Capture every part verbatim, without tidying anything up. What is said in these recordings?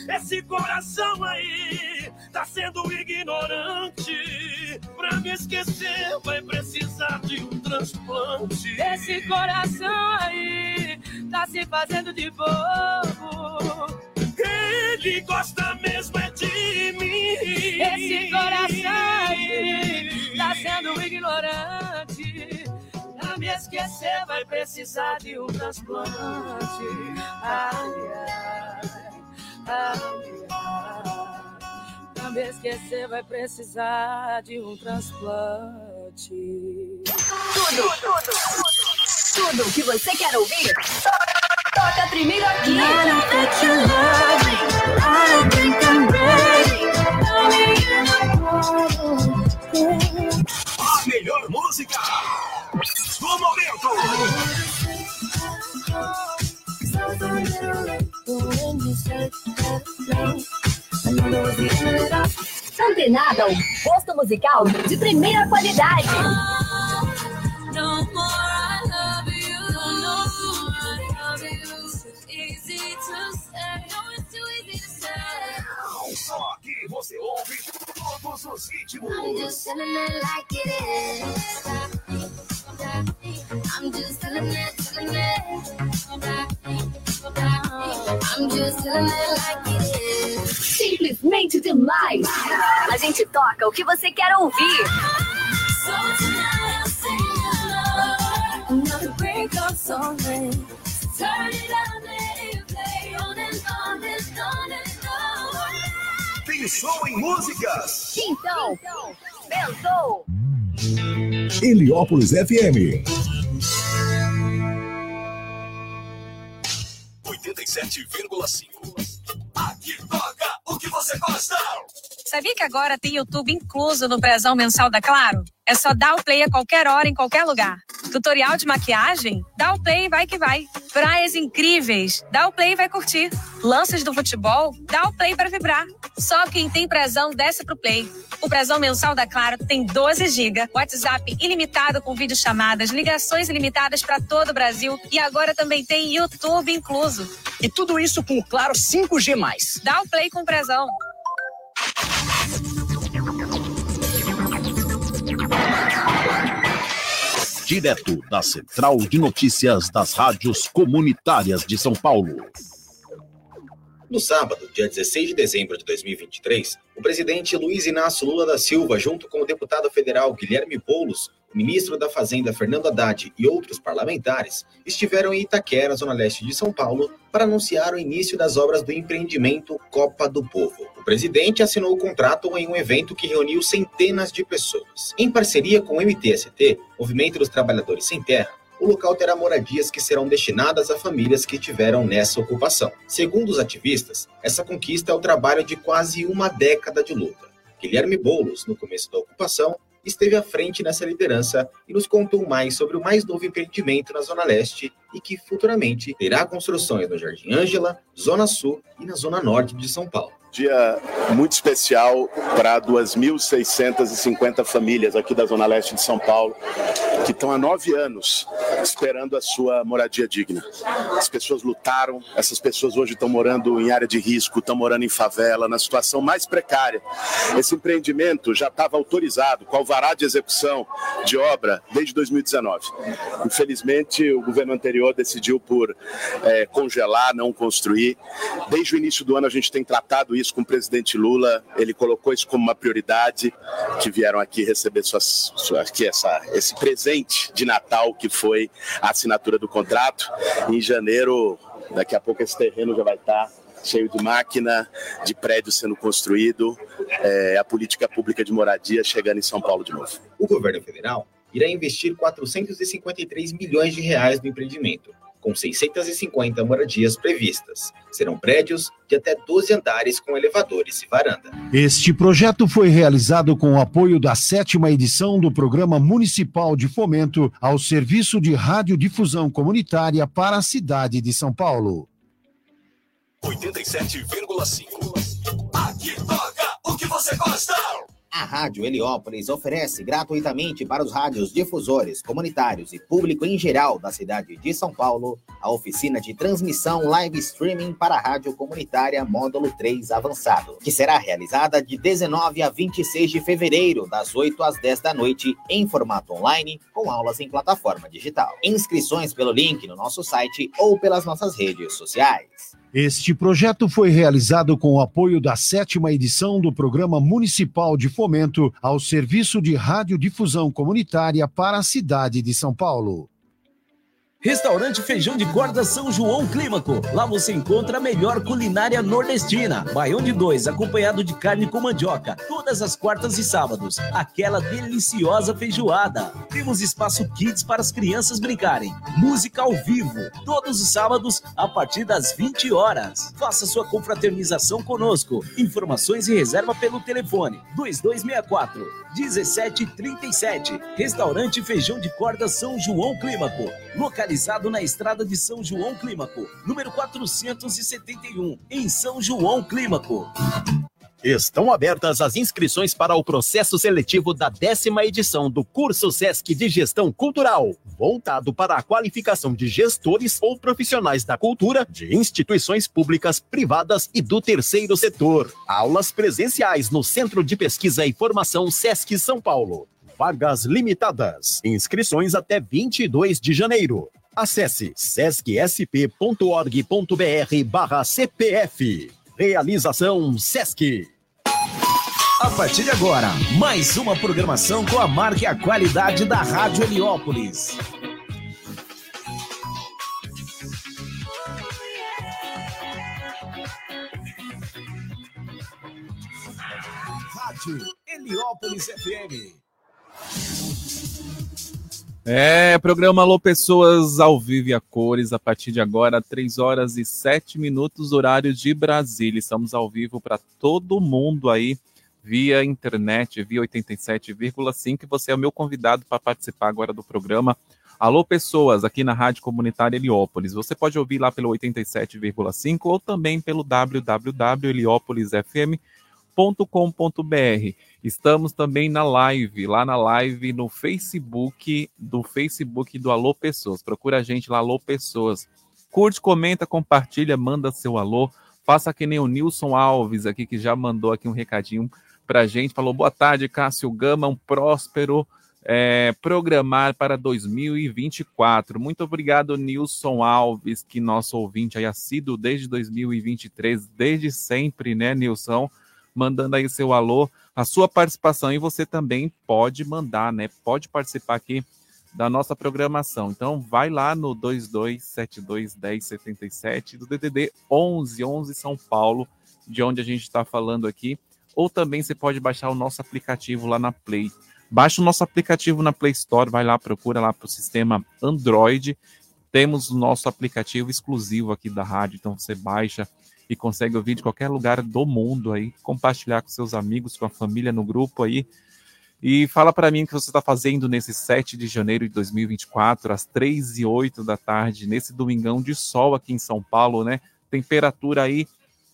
Esse coração aí tá sendo ignorante. Pra me esquecer vai precisar de um transplante. Esse coração aí tá se fazendo de bobo. Ele gosta mesmo é de mim. Esse coração aí tá sendo ignorante. Pra me esquecer vai precisar de um transplante. Ai, ai, ai, ai. Pra me esquecer vai precisar de um transplante. Tudo, tudo, tudo, tudo que você quer ouvir, toca primeiro aqui. A melhor música do momento. Antenada, um gosto musical de primeira qualidade. Só aqui você ouve todos os ritmos. I'm just telling it like it is. I'm just telling it, telling it. I'm just telling it like it is. Simplesmente demais. A gente toca o que você quer ouvir. So tonight I'm singing another breakup song. Turn it on, let it play on and on and on and on. Pensou em músicas? Então, pensou? Heliópolis F M oitenta e sete vírgula cinco. Aqui toca o que você gosta. Sabia que agora tem YouTube incluso no Prezão Mensal da Claro? É só dar o play a qualquer hora, em qualquer lugar. Tutorial de maquiagem? Dá o play e vai que vai. Praias incríveis? Dá o play e vai curtir. Lances do futebol? Dá o play para vibrar. Só quem tem Prezão desce pro play. O Prezão Mensal da Claro tem doze gigas, WhatsApp ilimitado com videochamadas, ligações ilimitadas para todo o Brasil e agora também tem YouTube incluso. E tudo isso com o Claro cinco G mais. Dá o play com o Prezão. Direto da Central de Notícias das Rádios Comunitárias de São Paulo. No sábado, dia dezesseis de dezembro de dois mil e vinte e três, o presidente Luiz Inácio Lula da Silva, junto com o deputado federal Guilherme Boulos, o ministro da Fazenda Fernando Haddad e outros parlamentares, estiveram em Itaquera, zona leste de São Paulo, para anunciar o início das obras do empreendimento Copa do Povo. O presidente assinou o contrato em um evento que reuniu centenas de pessoas. Em parceria com o M T S T, Movimento dos Trabalhadores Sem Terra, o local terá moradias que serão destinadas a famílias que estiveram nessa ocupação. Segundo os ativistas, essa conquista é o trabalho de quase uma década de luta. Guilherme Boulos, no começo da ocupação, esteve à frente nessa liderança e nos contou mais sobre o mais novo empreendimento na Zona Leste e que futuramente terá construções no Jardim Ângela, Zona Sul e na Zona Norte de São Paulo. Dia muito especial para duas mil seiscentas e cinquenta famílias aqui da Zona Leste de São Paulo, que estão há nove anos esperando a sua moradia digna. As pessoas lutaram, essas pessoas hoje estão morando em área de risco, estão morando em favela, na situação mais precária. Esse empreendimento já estava autorizado com alvará de execução de obra desde dois mil e dezenove. Infelizmente, o governo anterior decidiu por é, congelar, não construir. Desde o início do ano a gente tem tratado isso com o presidente Lula, ele colocou isso como uma prioridade, que vieram aqui receber suas, suas, aqui essa, esse presente de Natal, que foi a assinatura do contrato. Em janeiro, daqui a pouco esse terreno já vai estar cheio de máquina, de prédio sendo construído, é, a política pública de moradia chegando em São Paulo de novo. O governo federal irá investir quatrocentos e cinquenta e três milhões de reais no empreendimento, com seiscentas e cinquenta moradias previstas. Serão prédios de até doze andares com elevadores e varanda. Este projeto foi realizado com o apoio da sétima edição do Programa Municipal de Fomento ao Serviço de Radiodifusão Comunitária para a cidade de São Paulo. oitenta e sete vírgula cinco. Aqui toca o que você gosta. A Rádio Heliópolis oferece gratuitamente para os radiodifusores comunitários e público em geral da cidade de São Paulo a oficina de transmissão live streaming para a rádio comunitária Módulo três Avançado, que será realizada de dezenove a vinte e seis de fevereiro, das oito às dez da noite, em formato online, com aulas em plataforma digital. Inscrições pelo link no nosso site ou pelas nossas redes sociais. Este projeto foi realizado com o apoio da sétima edição do Programa Municipal de Fomento ao Serviço de Radiodifusão Comunitária para a cidade de São Paulo. Restaurante Feijão de Corda São João Clímaco. Lá você encontra a melhor culinária nordestina. Baião de dois, acompanhado de carne com mandioca. Todas as quartas e sábados. Aquela deliciosa feijoada. Temos espaço kids para as crianças brincarem. Música ao vivo. Todos os sábados, a partir das vinte horas. Faça sua confraternização conosco. Informações e reserva pelo telefone dois dois seis quatro, um sete três sete. Restaurante Feijão de Corda São João Clímaco. Localizado na estrada de São João Clímaco, número quatrocentos e setenta e um, em São João Clímaco. Estão abertas as inscrições para o processo seletivo da décima edição do curso Sesc de Gestão Cultural, voltado para a qualificação de gestores ou profissionais da cultura de instituições públicas, privadas e do terceiro setor. Aulas presenciais no Centro de Pesquisa e Formação Sesc São Paulo. Vagas limitadas. Inscrições até vinte e dois de janeiro. Acesse sescsp.org.br barra CPF. Realização Sesc. A partir de agora, mais uma programação com a marca e a qualidade da Rádio Heliópolis. Rádio Heliópolis F M. É, programa Alô Pessoas ao vivo e a cores, a partir de agora, três horas e sete minutos, horário de Brasília. Estamos ao vivo para todo mundo aí, via internet, via oitenta e sete vírgula cinco, e você é o meu convidado para participar agora do programa Alô Pessoas, aqui na Rádio Comunitária Heliópolis. Você pode ouvir lá pelo oitenta e sete vírgula cinco ou também pelo w w w ponto heliópolis f m ponto com ponto b r. Estamos também na live, lá na live no Facebook, do Facebook do Alô Pessoas. Procura a gente lá, Alô Pessoas. Curte, comenta, compartilha, manda seu alô. Faça que nem o Nilson Alves aqui, que já mandou aqui um recadinho pra gente. Falou, boa tarde, Cássio Gama, um próspero é, programar para dois mil e vinte e quatro. Muito obrigado, Nilson Alves, que nosso ouvinte aí assíduo desde dois mil e vinte e três, desde sempre, né, Nilson? Mandando aí seu alô, a sua participação, e você também pode mandar, né? Pode participar aqui da nossa programação. Então, vai lá no dois dois sete dois, um zero sete sete do D D D onze onze São Paulo, de onde a gente está falando aqui. Ou também você pode baixar o nosso aplicativo lá na Play. Baixa o nosso aplicativo na Play Store, vai lá, procura lá para o sistema Android. Temos o nosso aplicativo exclusivo aqui da rádio, então você baixa e consegue ouvir de qualquer lugar do mundo aí, compartilhar com seus amigos, com a família no grupo aí. E fala para mim o que você está fazendo nesse sete de janeiro de dois mil e vinte e quatro, às três e oito da tarde, nesse domingão de sol aqui em São Paulo, né? Temperatura aí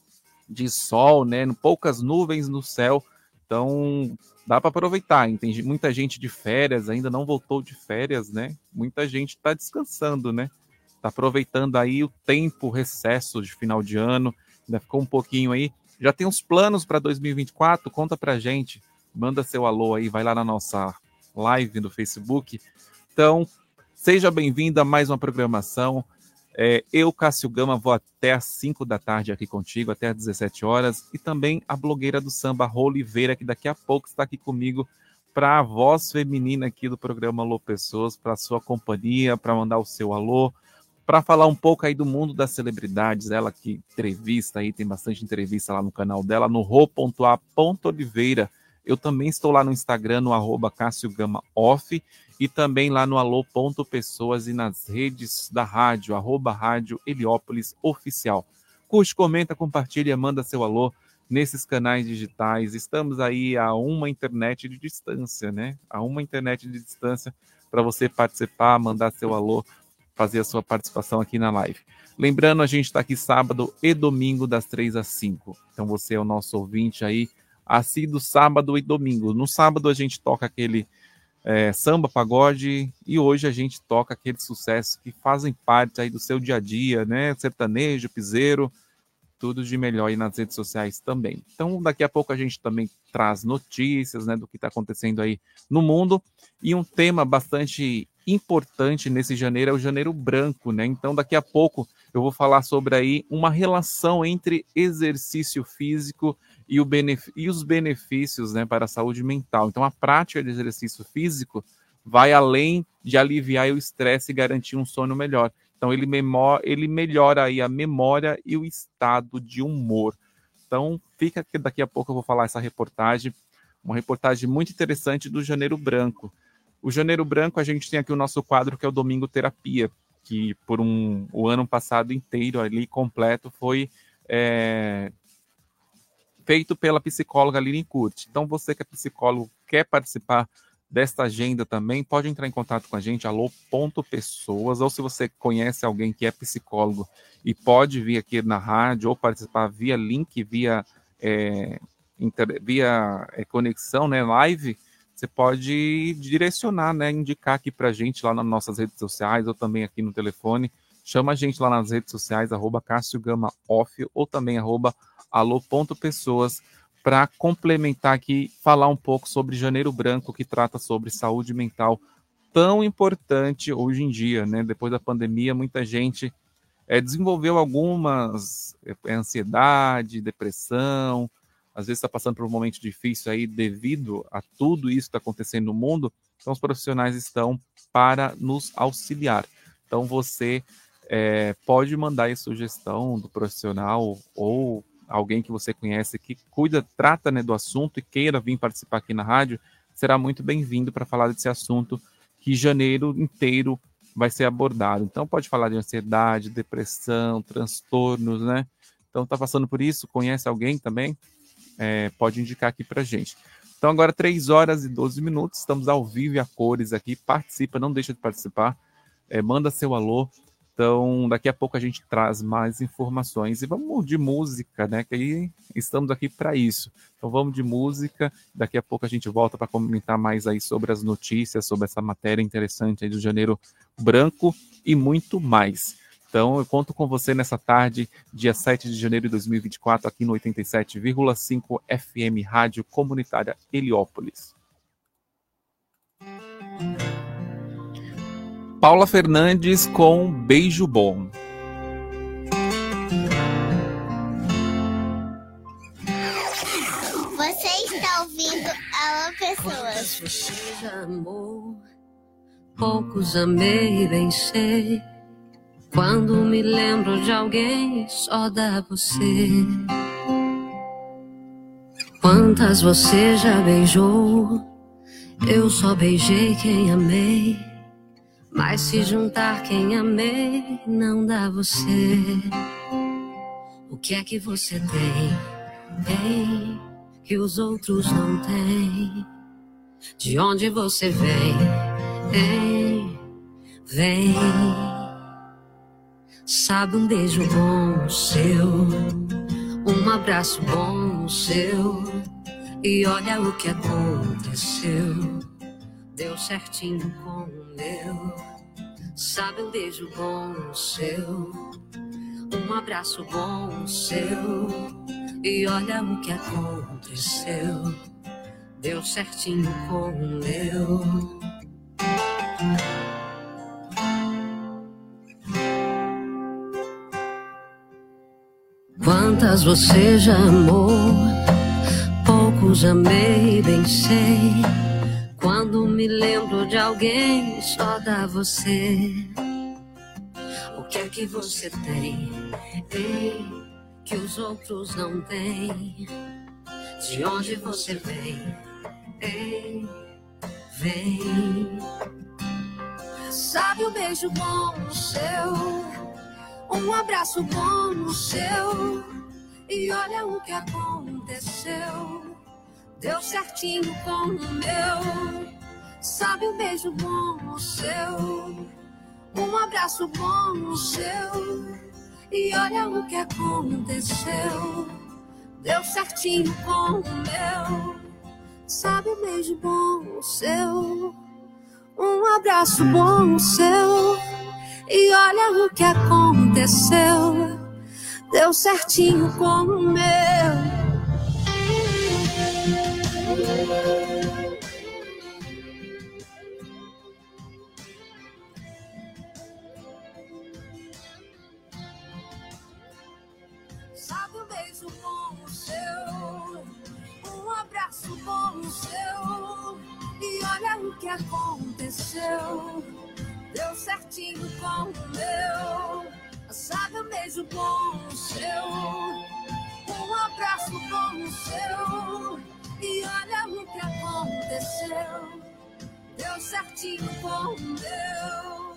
de sol, né? Poucas nuvens no céu, então dá para aproveitar. Tem muita gente de férias, ainda não voltou de férias, né? Muita gente está descansando, né? Está aproveitando aí o tempo, recesso de final de ano, ainda ficou um pouquinho aí. Já tem uns planos para dois mil e vinte e quatro? Conta pra gente, manda seu alô aí, vai lá na nossa live no Facebook. Então, seja bem-vindo a mais uma programação. É, eu, Cássio Gama, vou até às cinco da tarde aqui contigo, até às dezessete horas, e também a blogueira do samba, Rô Oliveira, que daqui a pouco está aqui comigo para a voz feminina aqui do programa Alô Pessoas, para a sua companhia, para mandar o seu alô, para falar um pouco aí do mundo das celebridades, ela que entrevista aí, tem bastante entrevista lá no canal dela, no ro ponto a ponto oliveira. Eu também estou lá no Instagram, no arroba Cássio Gama Off, e também lá no alô ponto pessoas e nas redes da rádio, arroba Rádio Heliópolis Oficial. Curte, comenta, compartilha, manda seu alô nesses canais digitais. Estamos aí a uma internet de distância, né? A uma internet de distância para você participar, mandar seu alô, fazer a sua participação aqui na live. Lembrando, a gente está aqui sábado e domingo das três às cinco. Então você é o nosso ouvinte aí, assíduo sábado e domingo. No sábado a gente toca aquele é, samba, pagode, e hoje a gente toca aqueles sucessos que fazem parte aí do seu dia a dia, né? Sertanejo, piseiro, tudo de melhor aí nas redes sociais também. Então, daqui a pouco a gente também traz notícias, né, do que está acontecendo aí no mundo. E um tema bastante importante nesse janeiro é o Janeiro Branco, né? Então, daqui a pouco eu vou falar sobre aí uma relação entre exercício físico e, o benef- e os benefícios, né, para a saúde mental. Então, a prática de exercício físico vai além de aliviar o estresse e garantir um sono melhor. Então, ele, memó- ele melhora aí a memória e o estado de humor. Então, fica que daqui a pouco eu vou falar essa reportagem, uma reportagem muito interessante do Janeiro Branco. O Janeiro Branco, a gente tem aqui o nosso quadro, que é o Domingo Terapia, que por um, o ano passado inteiro ali, completo, foi é, feito pela psicóloga Lili Curti. Então, você que é psicólogo, quer participar desta agenda também, pode entrar em contato com a gente, alô ponto pessoas, ou se você conhece alguém que é psicólogo e pode vir aqui na rádio ou participar via link, via, é, inter, via é, conexão, né, live, você pode direcionar, né, indicar aqui pra gente lá nas nossas redes sociais ou também aqui no telefone. Chama a gente lá nas redes sociais, arroba Cássio Gama Off, ou também arroba alô ponto pessoas, para complementar aqui, falar um pouco sobre Janeiro Branco, que trata sobre saúde mental, tão importante hoje em dia, né? Depois da pandemia, muita gente é, desenvolveu algumas é, ansiedade, depressão, às vezes está passando por um momento difícil aí devido a tudo isso que está acontecendo no mundo. Então, os profissionais estão para nos auxiliar. Então, você é, pode mandar aí sugestão do profissional ou alguém que você conhece que cuida, trata, né, do assunto e queira vir participar aqui na rádio, será muito bem-vindo para falar desse assunto que janeiro inteiro vai ser abordado. Então, pode falar de ansiedade, depressão, transtornos, né? Então, está passando por isso? Conhece alguém também? É, pode indicar aqui para gente. Então, agora três horas e doze minutos, estamos ao vivo e a cores aqui. Participa, não deixa de participar. É, manda seu alô. Então, daqui a pouco a gente traz mais informações. E vamos de música, né? Que aí estamos aqui para isso. Então, vamos de música. Daqui a pouco a gente volta para comentar mais aí sobre as notícias, sobre essa matéria interessante aí do Janeiro Branco e muito mais. Então, eu conto com você nessa tarde, dia sete de janeiro de dois mil e vinte e quatro, aqui no oitenta e sete vírgula cinco F M Rádio Comunitária Heliópolis. Paula Fernandes com Beijo Bom. Você está ouvindo Alô Pessoas. Você já amou, poucos amei, bem sei. Quando me lembro de alguém, só dá você. Quantas você já beijou, eu só beijei quem amei. Mas se juntar quem amei, não dá você. O que é que você tem, tem, que os outros não têm? De onde você vem, vem, vem. Sabe, um beijo bom seu, um abraço bom seu, e olha o que aconteceu, deu certinho com o meu. Sabe, um beijo bom seu, um abraço bom seu, e olha o que aconteceu, deu certinho com o meu. Quantas você já amou, poucos amei, bem sei. Quando me lembro de alguém, só dá você. O que é que você tem, tem, que os outros não têm? De onde você vem, vem, vem. Sabe, um beijo bom no seu, um abraço bom no seu, e olha o que aconteceu, deu certinho com o meu. Sabe, um beijo bom no seu, um abraço bom no seu, e olha o que aconteceu, deu certinho com o meu. Sabe um beijo bom o seu, um abraço bom o seu. E olha o que aconteceu, deu certinho com o meu. Sabe um beijo bom o seu, um abraço bom o seu. E olha o que aconteceu, deu certinho com o meu. Sabe um beijo bom o seu, um abraço bom o seu. E olha o que aconteceu, deu certinho com o meu.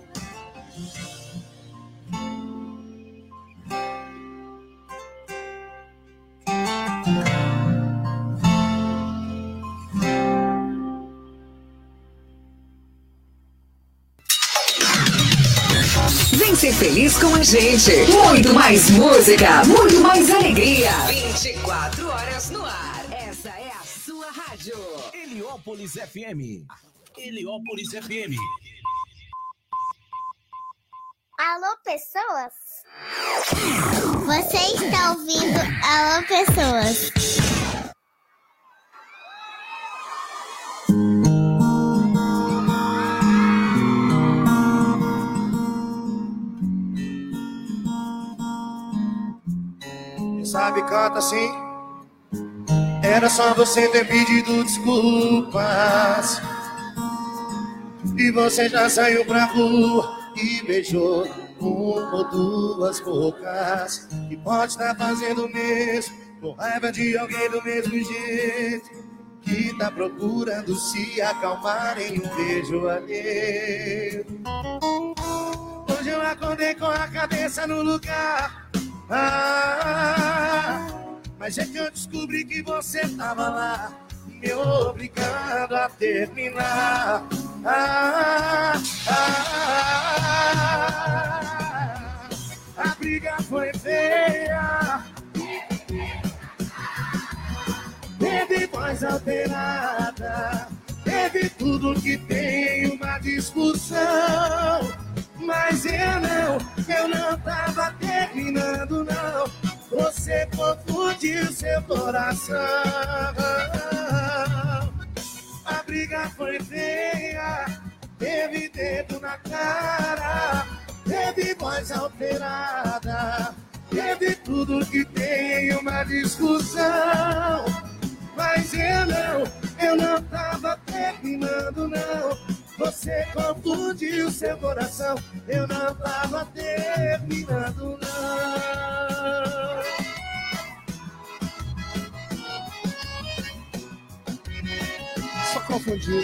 Vem ser feliz com a gente. Muito mais música, muito mais alegria. vinte e quatro horas no ar. Essa é a sua rádio. Heliópolis F M. Heliópolis F M. Alô, pessoas? Você está ouvindo Alô, pessoas? Sabe, canta assim. Era só você ter pedido desculpas e você já saiu pra rua e beijou uma ou duas bocas. E pode estar fazendo o mesmo, com raiva de alguém do mesmo jeito, que tá procurando se acalmar em um beijo alheio. Hoje eu acordei com a cabeça no lugar. Ah, mas é que eu descobri que você tava lá, me obrigando a terminar. Ah, ah, a briga foi feia, teve voz alterada, teve tudo que tem uma discussão. Mas eu não, eu não tava terminando não. Você confundiu seu coração. A briga foi feia, teve dedo na cara, teve voz alterada, teve tudo que tem uma discussão. Mas eu não, eu não tava terminando não. Você confundiu seu coração, eu não tava terminando não. Só confundiu.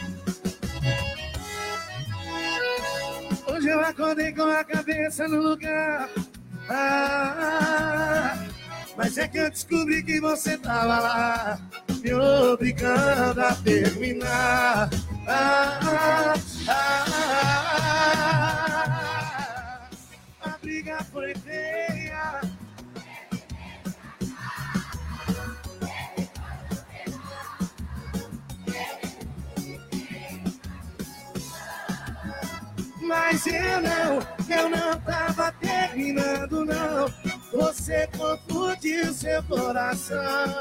Hoje eu acordei com a cabeça no lugar. Ah, mas é que eu descobri que você tava lá, me obrigando a terminar. Ah, ah, ah, a briga foi feia, mas eu não, eu não tava terminando não. Você confundiu seu coração.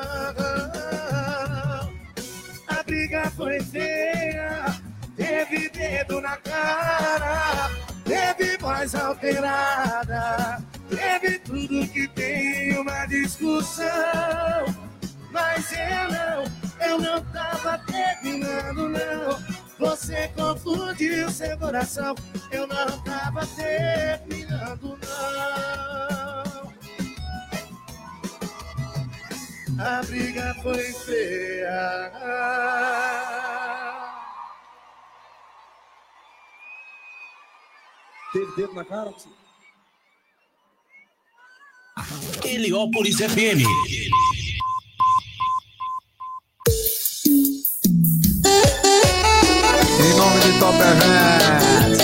A briga foi feia, teve dedo na cara, teve voz alterada, teve tudo que tem uma discussão. Mas eu não, eu não tava terminando não. Você confundiu seu coração, eu não tava terminando não. A briga foi feia. Teve dedo na cara? Heliópolis F M. Em nome de Top Event.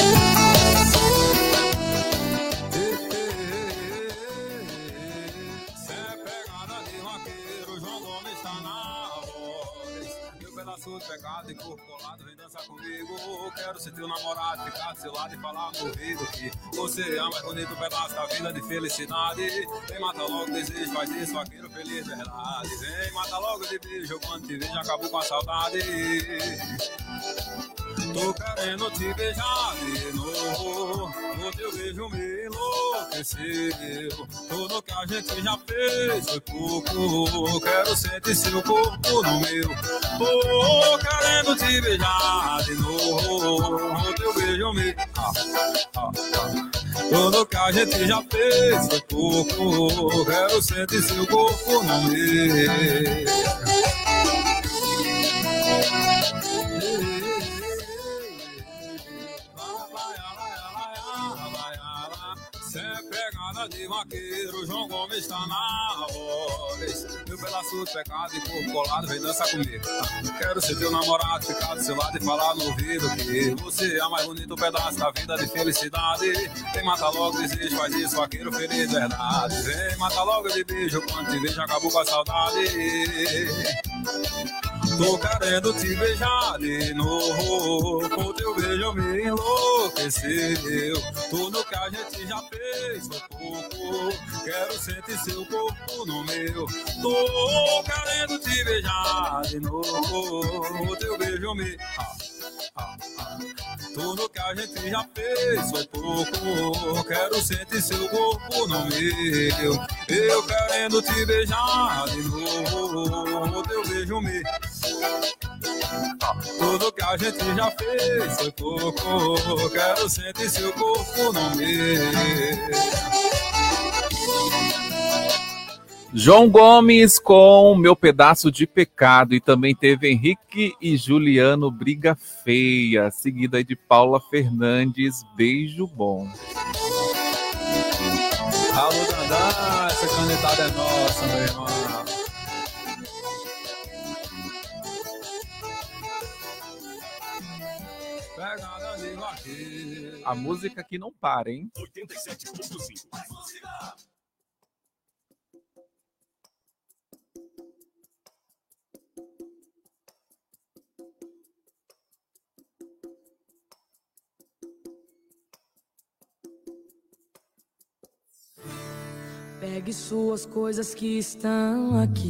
na voz. Meu pedaço de pecado e corpo colado, vem dançar comigo. Quero ser teu namorado, ficar do seu lado e falar no ouvido que você é o mais bonito pedaço da vida de felicidade. Vem, mata logo o desejo, faz isso, vaqueiro feliz, verdade. Vem, mata logo de beijo, quando te vejo acabou com a saudade. Tô querendo te beijar de novo, o teu beijo me enlouqueceu. Tudo que a gente já fez foi pouco, quero sentir seu corpo no meu. Tô querendo te beijar de novo, o teu beijo me... Ah, ah, ah. Tudo que a gente já fez foi pouco, quero sentir seu corpo no meu. Sem pegada de vaqueiro, João Gomes tá na voz. Meu pedaço de pecado e corpo colado, vem dançar comigo. Quero ser teu namorado, ficar do seu lado e falar no ouvido que você é o mais bonito pedaço da vida de felicidade. Vem, mata logo desejo, faz isso, vaqueiro feliz, verdade. Vem, mata logo de beijo, quando te vejo acabou com a saudade. Tô querendo te beijar de novo, o teu beijo me enlouqueceu. Tudo que a gente já fez foi pouco, quero sentir seu corpo no meu. Tô querendo te beijar de novo, o teu beijo me... Ah, ah, ah. Tudo que a gente já fez foi pouco, quero sentir seu corpo no meu. Eu querendo te beijar de novo, o teu beijo me... Tudo que a gente já fez foi pouco, quero sentir seu corpo no meu. João Gomes com Meu Pedaço de Pecado. E também teve Henrique e Juliano, Briga Feia. Seguida de Paula Fernandes, Beijo Bom. Alô, Dandá, essa canetada é nossa, meu irmão. A música que não para, hein? oitenta e sete ponto cinco. Mais música! Pegue suas coisas que estão aqui.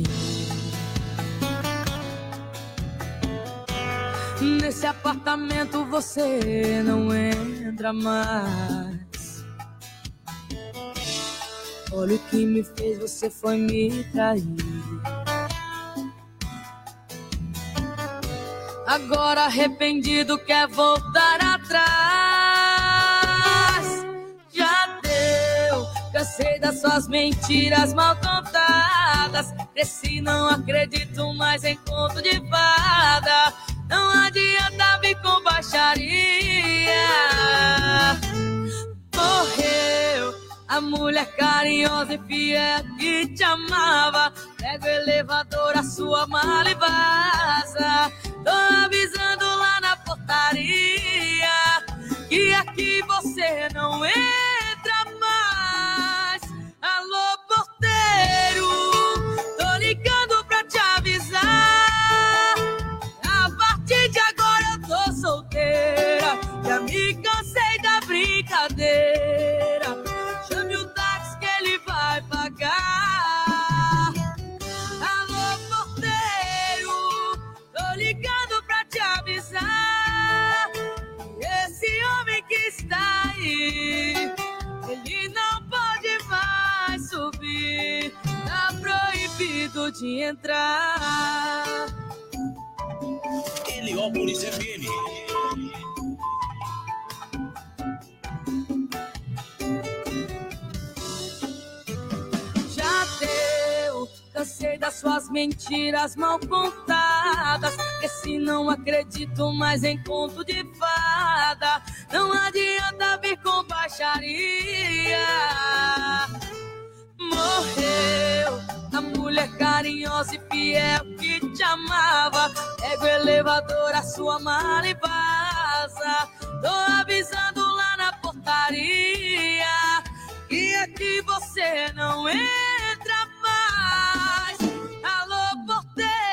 Nesse apartamento você não entra mais. Olha o que me fez, você foi me trair. Agora arrependido quer voltar atrás. Já deu, cansei das suas mentiras mal contadas. Cresci, não acredito mais em conto de fada. Não adianta vir com baixaria. Morreu a mulher carinhosa e fiel que te amava. Pega o elevador, a sua mala e vaza. Tô avisando lá na portaria que aqui você não entra mais. Alô, porteiro, tô ligando pra te avisar. De agora eu tô solteira, já me cansei da brincadeira. Chame o táxi que ele vai pagar. Alô, porteiro, tô ligando pra te avisar. Esse homem que está aí, ele não pode mais subir. Tá proibido de entrar. Heliópolis F M. Já deu, cansei das suas mentiras mal contadas. Esse não acredito mais em conto de fada. Não adianta vir com baixaria. Morreu a mulher carinhosa e fiel que te amava. Pega o elevador, a sua mala e vaza. Tô avisando lá na portaria que aqui você não entra mais. Alô, porteiro,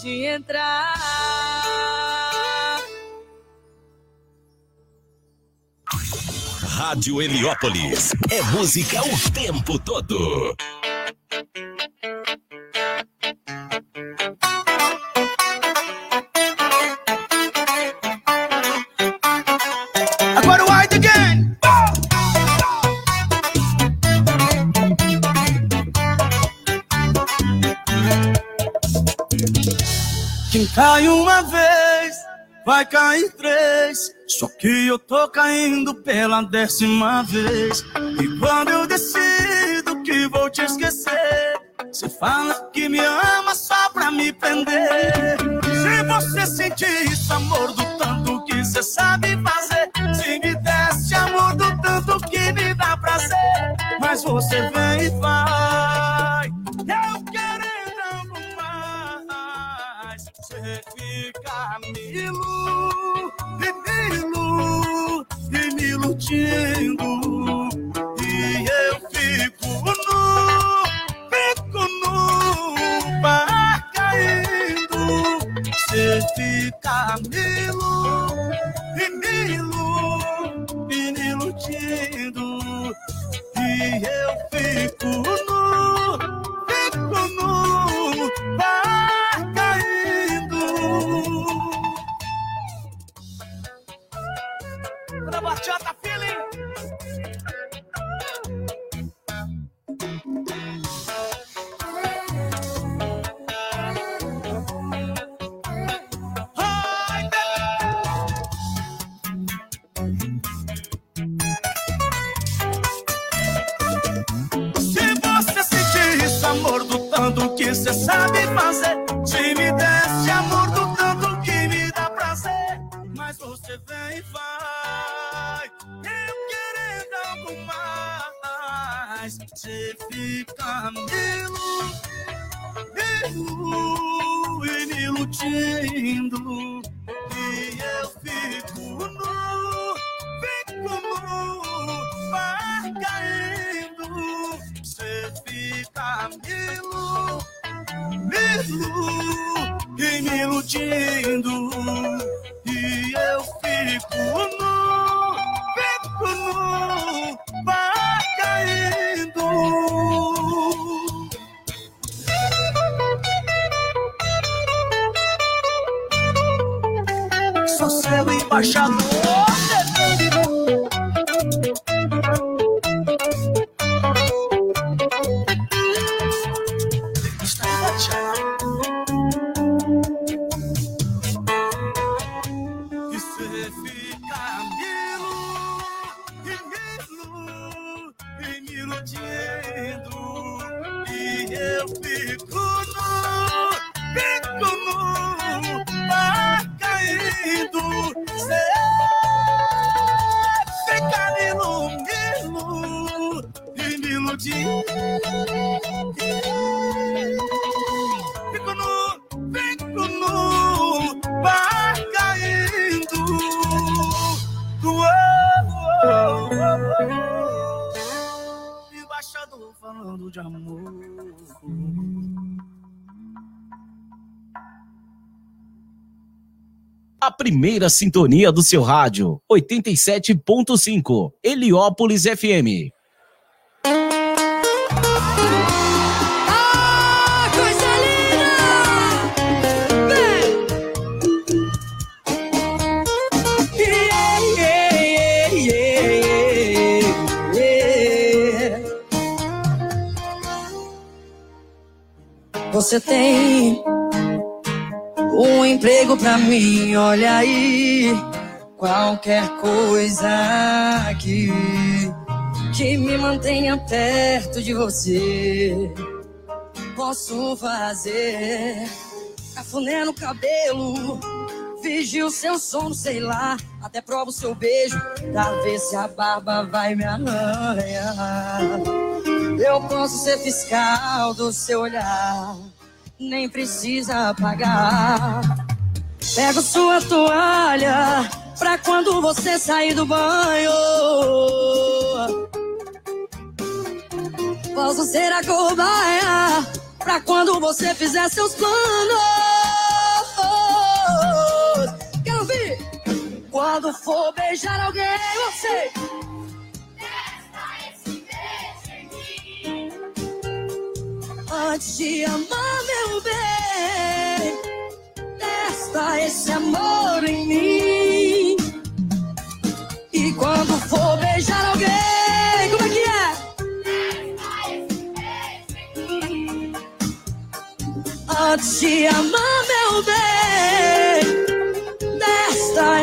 pode entrar. Rádio Heliópolis. É música o tempo todo. Agora o White again. Quem cai uma vez, vai cair três. Só que eu tô caindo pela décima vez. E quando eu decido que vou te esquecer, você fala que me ama só pra me prender. Se você sentir isso, amor, do tanto que você sabe fazer, se me desse amor do tanto que me dá prazer, mas você vem e vai, eu querendo algo mais. Você fica me ilu, me ilu, e me iludindo, e eu fico nu, fico nu, vai caindo. Você fica me ilu, e me ilu, e me iludindo, e eu fico nu, fico nu, vai caindo. Da bachata feeling. Se você sentir isso, amor, do tanto que você sabe fazer, se me desse amor do tanto que me dá prazer, mas você vem e vai, eu querendo algo mais. Você fica me ilu, ilu, e me iludindo, e eu fico nu, fico nu, vai caindo. Você fica me ilu, me ilu, e me iludindo, e eu fico nu, fico nu, vai caindo. Sou seu embaixador. Fico nu, fico nu, vai caindo. Uou, embaixador falando de amor. A primeira sintonia do seu rádio, oitenta e sete ponto cinco, Heliópolis F M. Ah, coisa linda! Yeah, yeah, yeah, yeah. Você tem um emprego pra mim, olha aí. Qualquer coisa aqui que me mantenha perto de você, posso fazer. Cafuné no cabelo, vigio seu sono, sei lá. Até provo seu beijo pra ver se a barba vai me arranhar. Eu posso ser fiscal do seu olhar, nem precisa pagar. Pego sua toalha pra quando você sair do banho. Posso ser a cobaia pra quando você fizer seus planos. quando for beijar alguém, você antes de amar, meu bem, testa esse amor em mim. E quando for beijar alguém, como é que é? Antes de amar, meu bem, testa.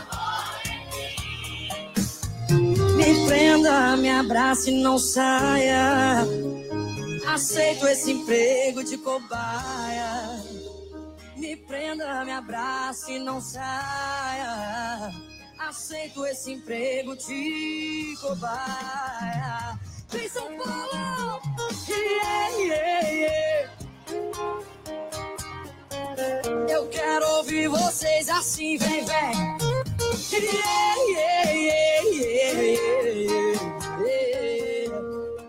Me prenda, me abrace e não saia. Aceito esse emprego de cobaia. Me prenda, me abrace e não saia. Aceito esse emprego de cobaia. Vem São Paulo! Yeah, yeah, yeah. Eu quero ouvir vocês assim, vem, vem. Yeah, yeah, yeah, yeah, yeah, yeah.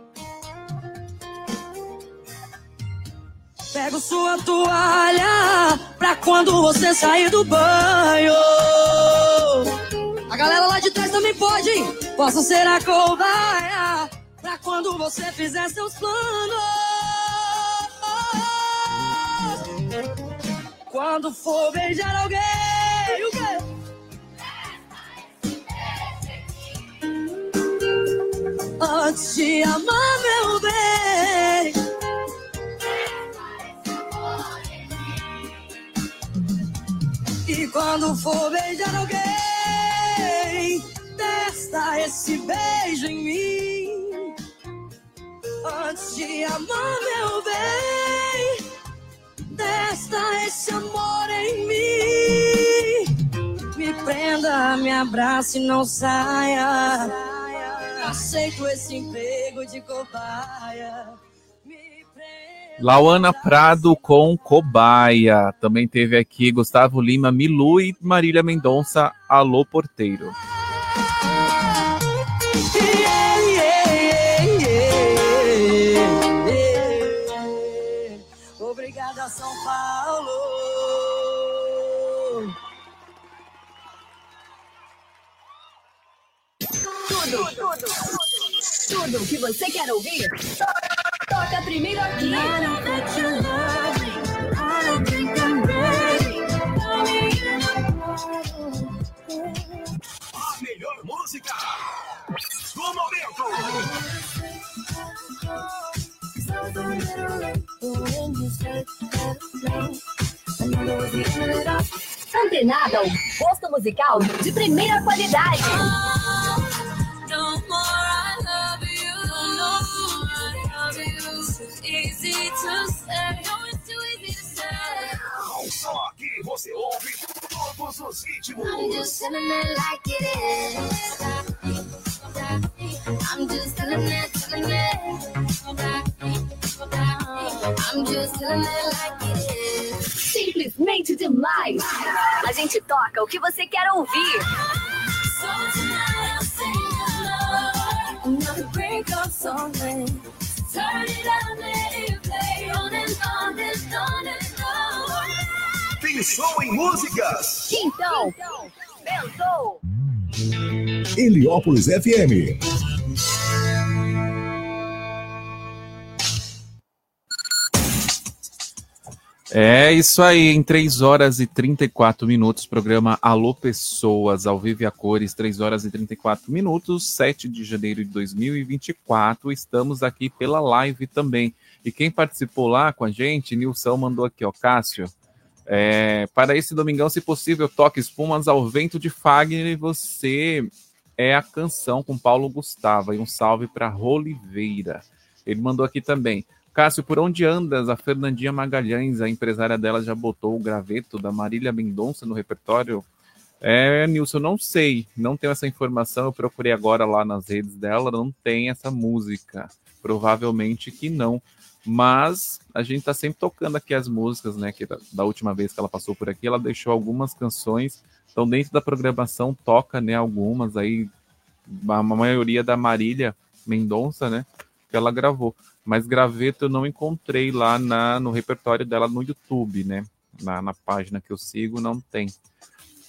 Pego sua toalha pra quando você sair do banho. A galera lá de trás também pode, hein? Posso ser a cobaia pra quando você fizer seus planos. Quando for beijar alguém, o quê? Antes de amar, meu bem, e quando for beijar alguém, testa esse beijo em mim. Antes de amar, meu bem, testa esse amor em mim. Me prenda, me abrace e não saia. Aceito esse emprego de cobaia. Lauana Prado com Cobaia. Também teve aqui Gustavo Lima, Milu e Marília Mendonça, Alô Porteiro. Yeah, yeah, yeah, yeah, yeah. Obrigada, São Paulo. Tudo, tudo, tudo, tudo que você quer ouvir, toca primeiro aqui. A melhor música do momento. Antenada, o gosto musical de primeira qualidade. No more I love you, no more I love you. It's easy to say, no, it's too easy to say. Só aqui você ouve todos os ritmos. I'm just telling it like it is. I'm just telling it, telling it. I'm just telling it like it is. Simplesmente demais. A gente toca o que você quer ouvir. So tonight I'll sing alone. Another breakup song, man. Turn it up, let it play on and on and on and on. Pensou em músicas? Então, pensou. Heliópolis F M. É isso aí, em três horas e trinta e quatro minutos, programa Alô Pessoas, ao vivo e a cores, três horas e trinta e quatro minutos, sete de janeiro de dois mil e vinte e quatro, estamos aqui pela live também. E quem participou lá com a gente, Nilson mandou aqui, ó, Cássio, é, para esse domingão, se possível, toque Espumas ao Vento de Fagner e Você é a Canção com Paulo Gustavo, e um salve para Roliveira. Ele mandou aqui também, Cássio, por onde andas? A Fernandinha Magalhães, a empresária dela, já botou o graveto da Marília Mendonça no repertório? É, Nilson, não sei, não tenho essa informação, eu procurei agora lá nas redes dela, não tem essa música, provavelmente que não, mas a gente tá sempre tocando aqui as músicas, né, que da, da última vez que ela passou por aqui, ela deixou algumas canções, então dentro da programação toca, né, algumas aí, a maioria da Marília Mendonça, né, que ela gravou. Mas graveto eu não encontrei lá na, no repertório dela no YouTube, né? Na, na página que eu sigo não tem.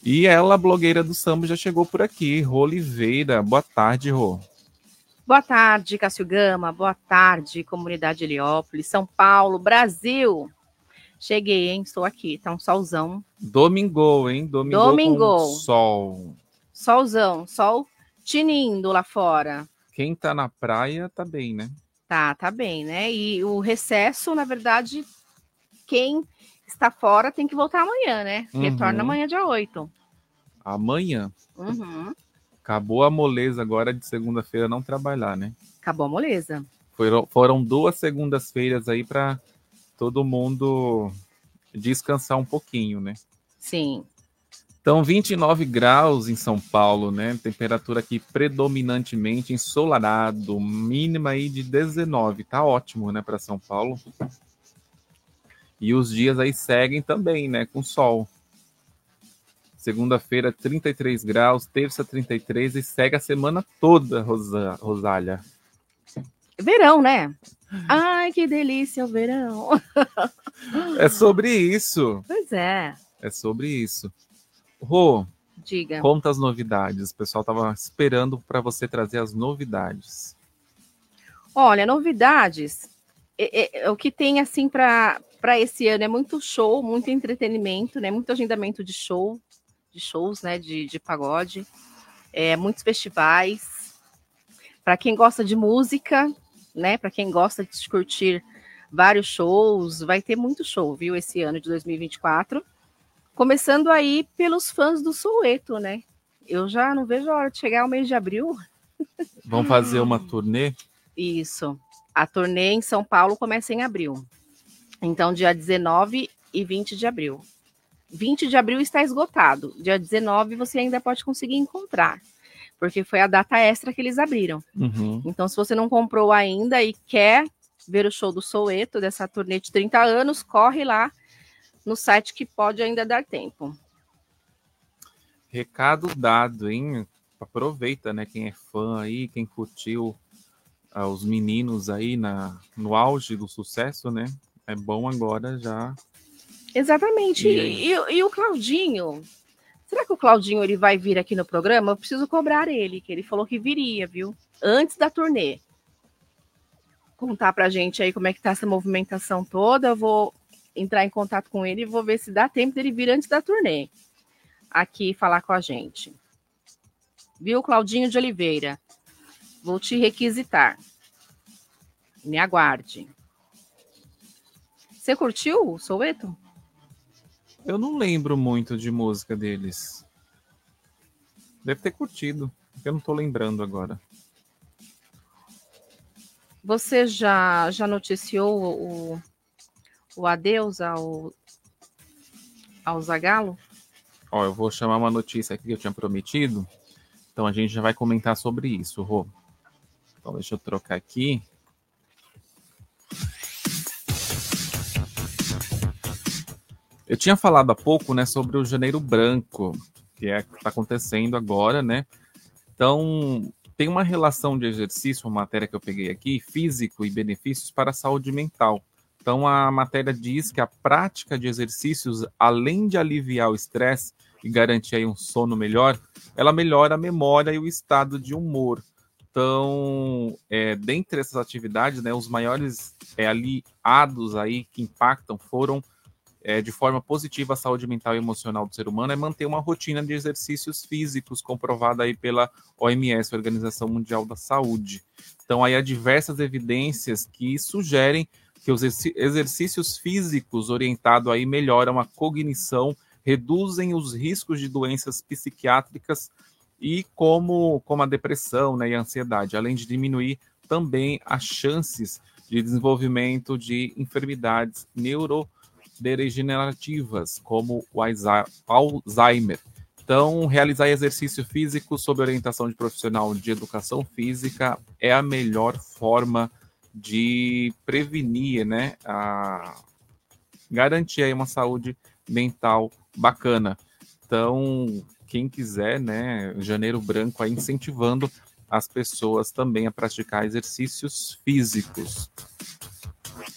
E ela, blogueira do samba, já chegou por aqui. Rô Oliveira. Boa tarde, Rô. Boa tarde, Cássio Gama. Boa tarde, comunidade Heliópolis, São Paulo, Brasil. Cheguei, hein? Estou aqui. Tá um solzão. Domingou, hein? Domingou, Domingou. com sol. Solzão. Sol tinindo lá fora. Quem tá na praia tá bem, né? Tá, tá bem, né? E o recesso, na verdade, quem está fora tem que voltar amanhã, né? Uhum. Retorna amanhã, dia oito. Amanhã? Uhum. Acabou a moleza agora de segunda-feira não trabalhar, né? Acabou a moleza. Foram, foram duas segundas-feiras aí para todo mundo descansar um pouquinho, né? Sim. Então, vinte e nove graus em São Paulo, né? Temperatura aqui predominantemente ensolarado, mínima aí de dezenove. Tá ótimo, né, para São Paulo. E os dias aí seguem também, né, com sol. Segunda-feira, trinta e três graus, terça, trinta e três e segue a semana toda, Rosa, Rosália. Verão, né? Ai, que delícia o verão. É sobre isso. Pois é. É sobre isso. Rô, diga. Conta as novidades. O pessoal estava esperando para você trazer as novidades. Olha, novidades. É, é, é, o que tem assim para para esse ano é muito show, muito entretenimento, né? Muito agendamento de show, de shows, né? De, de pagode, é, muitos festivais. Para quem gosta de música, né? Para quem gosta de curtir vários shows, vai ter muito show, viu? Esse ano de dois mil e vinte e quatro. Começando aí pelos fãs do Soweto, né? Eu já não vejo a hora de chegar ao mês de abril. Vão fazer uma turnê? Isso. A turnê em São Paulo começa em abril. Então, dia dezenove e vinte de abril. vinte de abril está esgotado. Dia dezenove você ainda pode conseguir encontrar, porque foi a data extra que eles abriram. Uhum. Então, se você não comprou ainda e quer ver o show do Soweto, dessa turnê de trinta anos, corre lá no site que pode ainda dar tempo. Recado dado, hein? Aproveita, né? Quem é fã aí, quem curtiu ah, os meninos aí na, no auge do sucesso, né? É bom agora já... Exatamente. E, e, e, e o Claudinho? Será que o Claudinho ele vai vir aqui no programa? Eu preciso cobrar ele, que ele falou que viria, viu? Antes da turnê. Contar pra gente aí como é que tá essa movimentação toda. Eu vou entrar em contato com ele e vou ver se dá tempo dele vir antes da turnê aqui falar com a gente. Viu, Claudinho de Oliveira? Vou te requisitar. Me aguarde. Você curtiu o Soweto? Eu não lembro muito de música deles. Deve ter curtido, porque eu não tô lembrando agora. Você já, já noticiou o, o adeus ao, ao Zagallo? Ó, eu vou chamar uma notícia aqui que eu tinha prometido. Então a gente já vai comentar sobre isso, Rô. Então deixa eu trocar aqui. Eu tinha falado há pouco, né, sobre o Janeiro Branco, que é que está acontecendo agora, né? Então, tem uma relação de exercício, uma matéria que eu peguei aqui, físico e benefícios para a saúde mental. Então, a matéria diz que a prática de exercícios, além de aliviar o estresse e garantir aí um sono melhor, ela melhora a memória e o estado de humor. Então, é, dentre essas atividades, né, os maiores é, aliados aí que impactam foram É, de forma positiva a saúde mental e emocional do ser humano é manter uma rotina de exercícios físicos comprovada aí pela O M S, Organização Mundial da Saúde. Então aí há diversas evidências que sugerem que os exercícios físicos orientados aí melhoram a cognição, reduzem os riscos de doenças psiquiátricas e como, como a depressão, né, e a ansiedade, além de diminuir também as chances de desenvolvimento de enfermidades neuro degenerativas, como o Alzheimer. Então, realizar exercício físico sob orientação de profissional de educação física é a melhor forma de prevenir, né, a garantir aí uma saúde mental bacana. Então, quem quiser, né, Janeiro Branco aí incentivando as pessoas também a praticar exercícios físicos.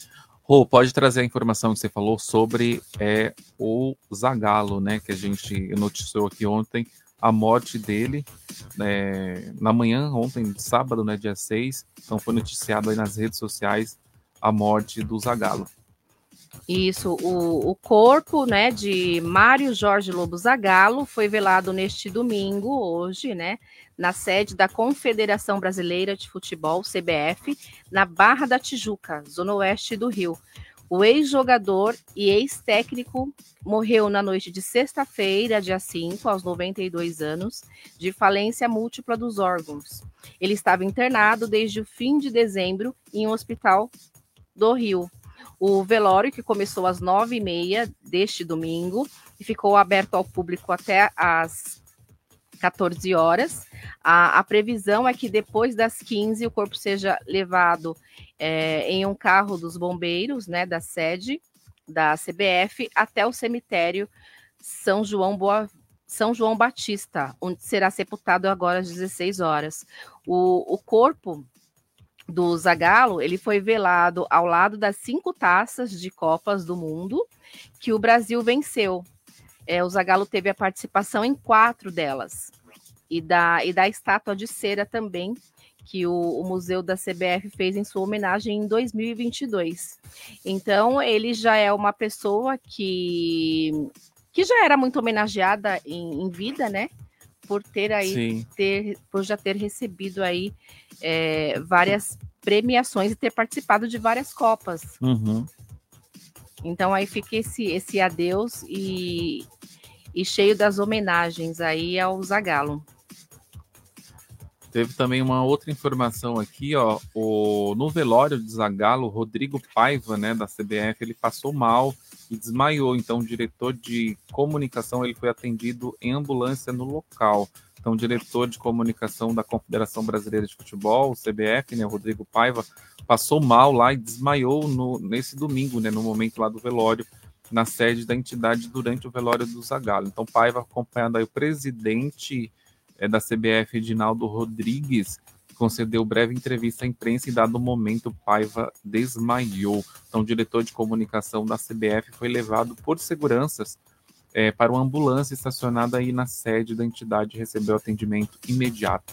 Rô, pode trazer a informação que você falou sobre é, o Zagallo, né? Que a gente noticiou aqui ontem, a morte dele é, na manhã, ontem, sábado, né, dia seis. Então foi noticiado aí nas redes sociais a morte do Zagallo. Isso, o, o corpo, né, de Mário Jorge Lobo Zagallo foi velado neste domingo, hoje, né, na sede da Confederação Brasileira de Futebol, C B F, na Barra da Tijuca, zona oeste do Rio. O ex-jogador e ex-técnico morreu na noite de sexta-feira, dia cinco, aos noventa e dois anos, de falência múltipla dos órgãos. Ele estava internado desde o fim de dezembro em um hospital do Rio. O velório, que começou às nove e meia deste domingo e ficou aberto ao público até às quatorze horas. A, a previsão é que depois das quinze o corpo seja levado é, em um carro dos bombeiros, né, da sede da C B F até o cemitério São João Boa, São João Batista, onde será sepultado agora às dezesseis horas. O, o corpo do Zagallo, ele foi velado ao lado das cinco taças de Copas do Mundo que o Brasil venceu. É, o Zagallo teve a participação em quatro delas. E da, e da estátua de cera também, que o, o Museu da C B F fez em sua homenagem em dois mil e vinte e dois. Então, ele já é uma pessoa que, que já era muito homenageada em, em vida, né? Por ter aí, ter, por já ter recebido aí é, várias premiações e ter participado de várias Copas. Uhum. Então aí fica esse, esse adeus e, e cheio das homenagens aí ao Zagallo. Teve também uma outra informação aqui, ó, o, no velório de Zagallo, Rodrigo Paiva, né, da C B F, ele passou mal e desmaiou. Então, o diretor de comunicação ele foi atendido em ambulância no local. Então, o diretor de comunicação da Confederação Brasileira de Futebol, C B F, né, Rodrigo Paiva, passou mal lá e desmaiou no, nesse domingo, né, no momento lá do velório, na sede da entidade durante o velório do Zagallo. Então, Paiva, acompanhando aí o presidente é, da C B F, Edinaldo Rodrigues, concedeu breve entrevista à imprensa e, dado o momento, Paiva desmaiou. Então, o diretor de comunicação da C B F foi levado por seguranças é, para uma ambulância estacionada aí na sede da entidade e recebeu atendimento imediato.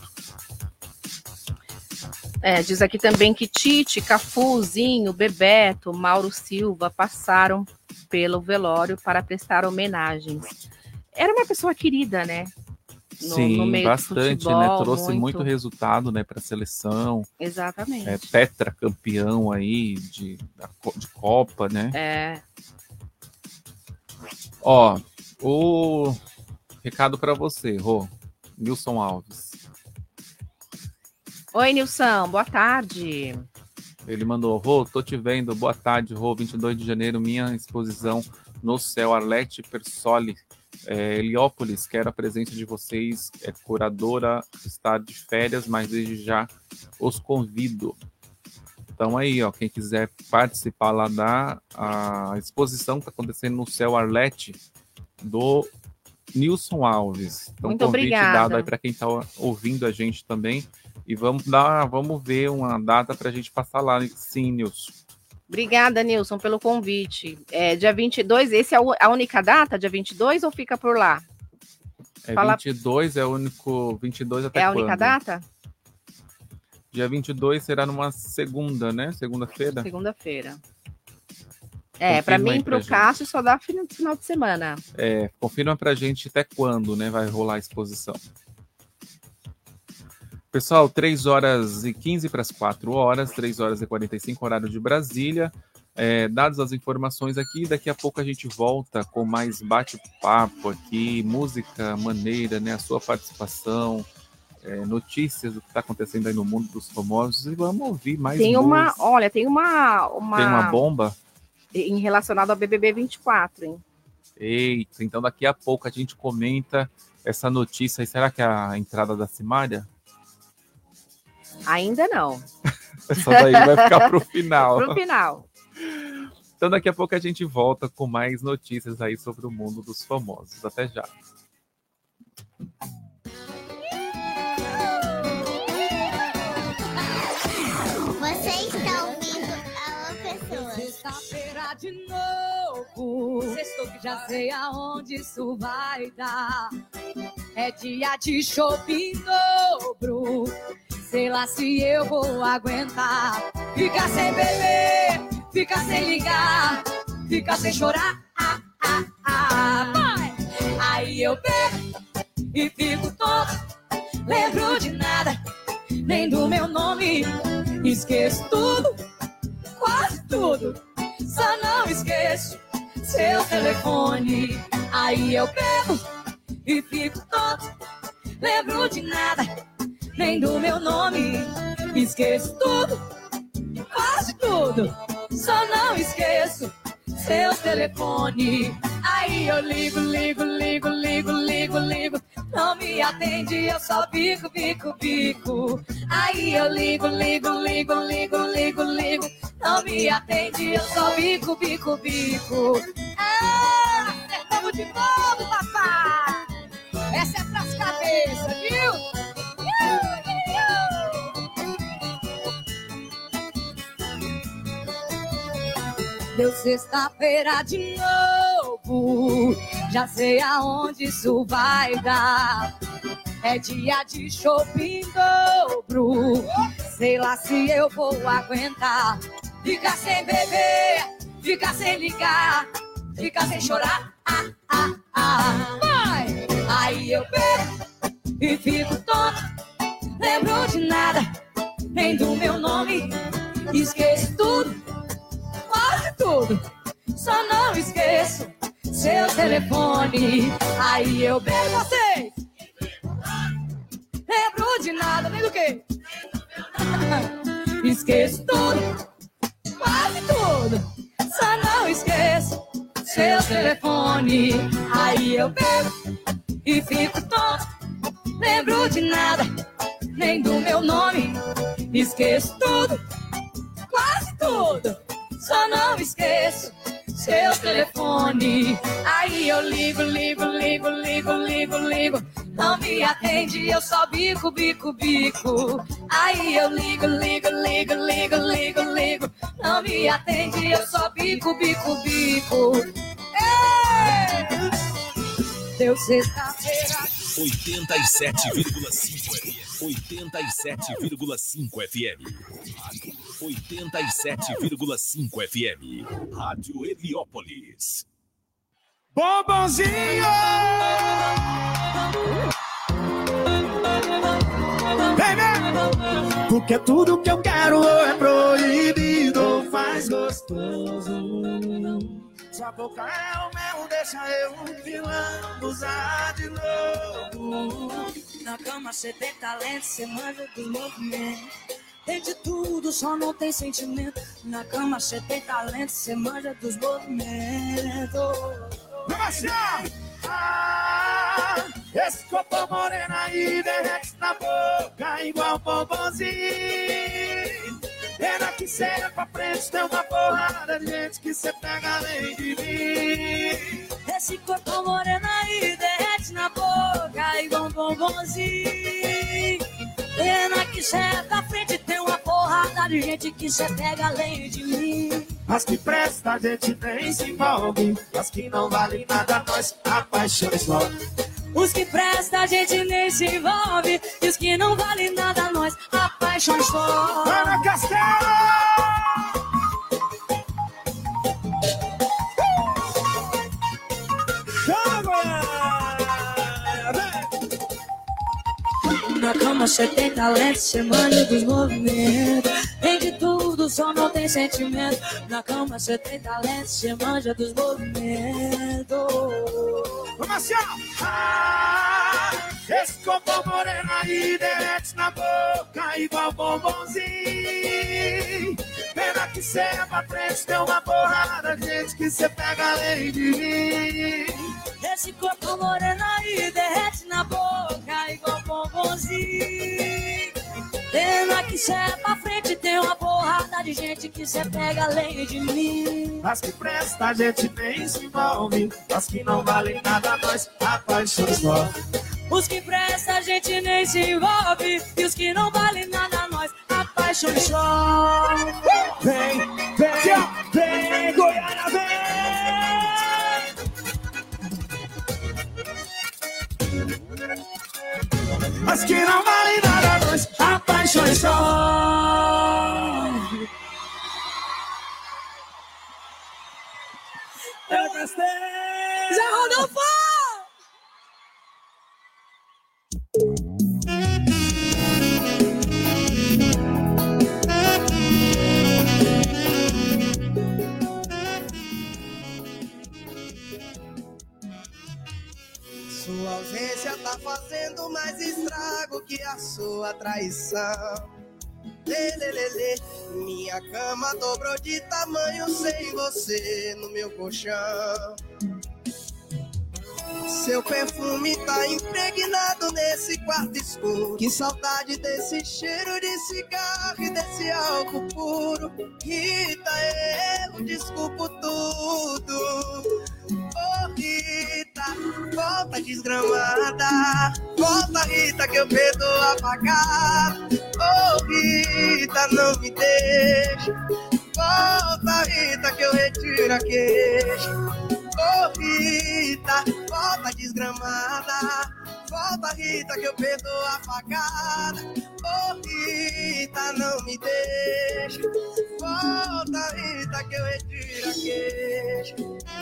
É, diz aqui também que Tite, Cafu, Zinho, Bebeto, Mauro Silva passaram pelo velório para prestar homenagens. Era uma pessoa querida, né? No, Sim, no meio bastante, futebol, né? Trouxe muito, muito resultado, né, para a seleção. Exatamente. É, tetracampeão aí de, de Copa, né? É. Ó, o recado para você, Rô. Nilson Alves. Oi, Nilson, boa tarde. Ele mandou, Rô, tô te vendo, boa tarde, Rô, vinte e dois de janeiro, minha exposição no céu, Arlete Persoli, é, Heliópolis, quero a presença de vocês, é curadora, está de férias, mas desde já os convido. Então aí, ó, quem quiser participar lá da a exposição que está acontecendo no céu Arlete, do Nilson Alves. Então, muito convite obrigada. dado aí para quem está ouvindo a gente também. E vamos dar, vamos ver uma data para a gente passar lá. Sim, Nilson. Obrigada, Nilson, pelo convite. É, dia vinte e dois, esse é a única data, dia vinte e dois, ou fica por lá? É Fala... vinte e dois, é o único. vinte e dois até É a quando? única data? Dia vinte e dois será numa segunda, né? Segunda-feira? Segunda-feira. É, para mim e para o Cássio só dá final, final de semana. É, confirma pra gente até quando, né, vai rolar a exposição. Pessoal, três horas e quinze para as quatro horas, três horas e quarenta e cinco, horário de Brasília. É, dadas as informações aqui, daqui a pouco a gente volta com mais bate-papo aqui, música maneira, né, a sua participação, é, notícias do que está acontecendo aí no mundo dos famosos, e vamos ouvir mais Tem uma, música. olha, tem uma, uma... Tem uma bomba? Em relacionado ao B B B vinte e quatro, hein? Eita, então daqui a pouco a gente comenta essa notícia aí. Será que é a entrada da Simária? Ainda não. Essa daí vai ficar pro final. Pro final. Então daqui a pouco a gente volta com mais notícias aí sobre o mundo dos famosos. Até já. Você está ouvindo Alô Pessoas. sexta-feira de novo. Sextou que já sei aonde isso vai dar. É dia de shopping dobro. Sei lá se eu vou aguentar. Fica sem beber, fica sem ligar, fica sem chorar. Ah, ah, ah. Vai! Aí eu bebo e fico tonto. Lembro de nada, nem do meu nome. Esqueço tudo, quase tudo. Só não esqueço seu telefone. Aí eu bebo e fico tonto. Lembro de nada, nem do meu nome. Esqueço tudo, quase tudo. Só não esqueço seu telefone. Aí eu ligo, ligo, ligo, ligo, ligo, ligo. Não me atende, eu só bico, bico, bico. Aí eu ligo, ligo, ligo, ligo, ligo, ligo. Não me atende, eu só bico, bico, bico. Ah, acertamos de novo, papai. Essa é pras cabeças, viu? Deu sexta-feira de novo. Já sei aonde isso vai dar. É dia de shopping dobro. Sei lá se eu vou aguentar. Fica sem beber, fica sem ligar, fica sem chorar. Ah, ah, ah. Vai! Aí eu bebo e fico tonto. Lembro de nada, nem do meu nome. Esqueço tudo, quase tudo. Só não esqueço seu telefone. Aí eu bebo vocês. Lembro de nada, nem do quê? Esqueço tudo, quase tudo. Só não esqueço seu telefone. Aí eu bebo e fico tonto. Lembro de nada, nem do meu nome. Esqueço tudo, quase tudo. Só não esqueço seu telefone. Aí eu ligo, ligo, ligo, ligo, ligo, ligo. Não me atende, eu só bico, bico, bico. Aí eu ligo, ligo, ligo, ligo, ligo, ligo. Não me atende, eu só bico, bico, bico. Ei! Deu sexta-feira. oitenta e sete vírgula cinco F M. oitenta e sete vírgula cinco F M. oitenta e sete vírgula cinco F M. Rádio Heliópolis. Bombonzinho! Baby! Porque tudo que eu quero é proibido, faz gostoso. Sua boca é o mel, deixa eu vilão usar de novo. Na cama cê tem talento, cê manja do movimento. Tem de tudo, só não tem sentimento. Na cama cê tem talento, cê manja dos movimentos. Vamos lá! Ah, esse corpo moreno aí derrete na boca igual bombonzinho. Pena que cê é pra frente, tem uma porrada de gente que cê pega além de mim. Esse corpo moreno aí derrete na boca igual bombonzinho. Pena que cê é pra frente, tem uma porrada de gente que cê pega além de mim. As que presta a gente nem se envolve, as que não valem nada nós apaixonamos logo. Os que presta a gente nem se envolve, e os que não valem nada nós apaixonamos logo. Ana Castelo! Na cama cê tem talento, cê manja dos movimentos. Tem de tudo, só não tem sentimento. Na cama cê tem talento, cê manja dos movimentos. Vamos assim, ó! Ah, esse corpo moreno aí derrete na boca igual bombonzinho. Pena que cê é pra frente, tem uma porrada de gente que cê pega além de mim. Esse corpo moreno aí derrete na boca igual bombonzinho. Pena que cê é pra frente, tem uma porrada de gente que cê pega além de mim. As que presta a gente nem se envolve, as que não valem nada nós apaixonamos logo. Os que presta a gente nem se envolve, e os que não valem nada nós apaixonamos logo. Vem, vem, vem, Eu gostei! Zé Rodolfo! Sua ausência tá fazendo mais estrago que a sua traição. Lê, lê, lê, lê. Minha cama dobrou de tamanho sem você no meu colchão. Seu perfume tá impregnado nesse quarto escuro. Que saudade desse cheiro de cigarro e desse álcool puro. Rita, eu desculpo tudo. Oh, Rita, volta desgramada. Volta, Rita, que eu perdoo apagado. Oh, Rita, não me deixa. Volta, Rita, que eu retiro a queixa. Oh, Rita, volta desgramada. Volta, Rita, que eu perdoo apagada. Oh, Rita, não me deixa. Volta, Rita, que eu retiro a queixa.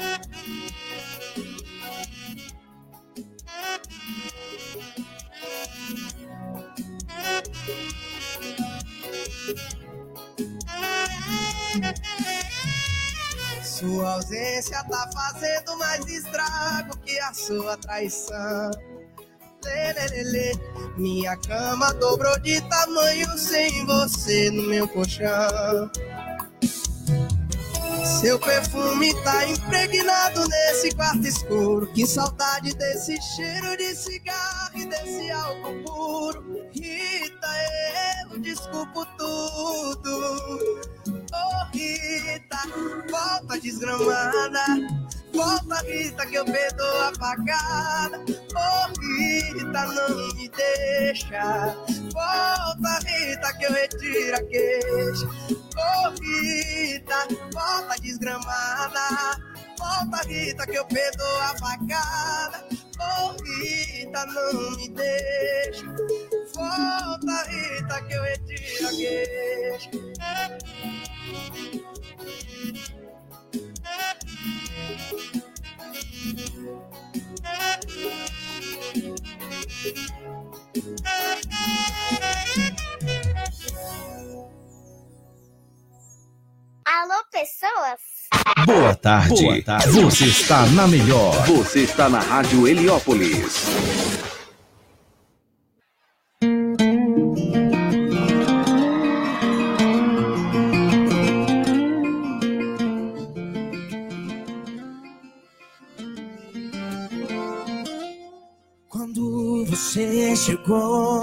Sua ausência tá fazendo mais estrago que a sua traição. Lê, lê, lê, lê. Minha cama dobrou de tamanho sem você no meu colchão. Seu perfume tá impregnado nesse quarto escuro. Que saudade desse cheiro de cigarro e desse álcool puro. Rita, eu desculpo tudo. Oh, Rita, volta desgramada. Volta, Rita, que eu perdoo apagada. Oh, Rita, não me deixa. Volta, Rita, que eu retiro a queixa. Oh, Rita, volta desgramada. Volta, Rita, que eu perdoo apagada. Oh, Rita, não me deixa. Volta, Rita, que eu retiro a queixa. Alô, pessoas? Boa tarde. Boa tarde. Você está na melhor. Você está na Rádio Heliópolis. Quando você chegou,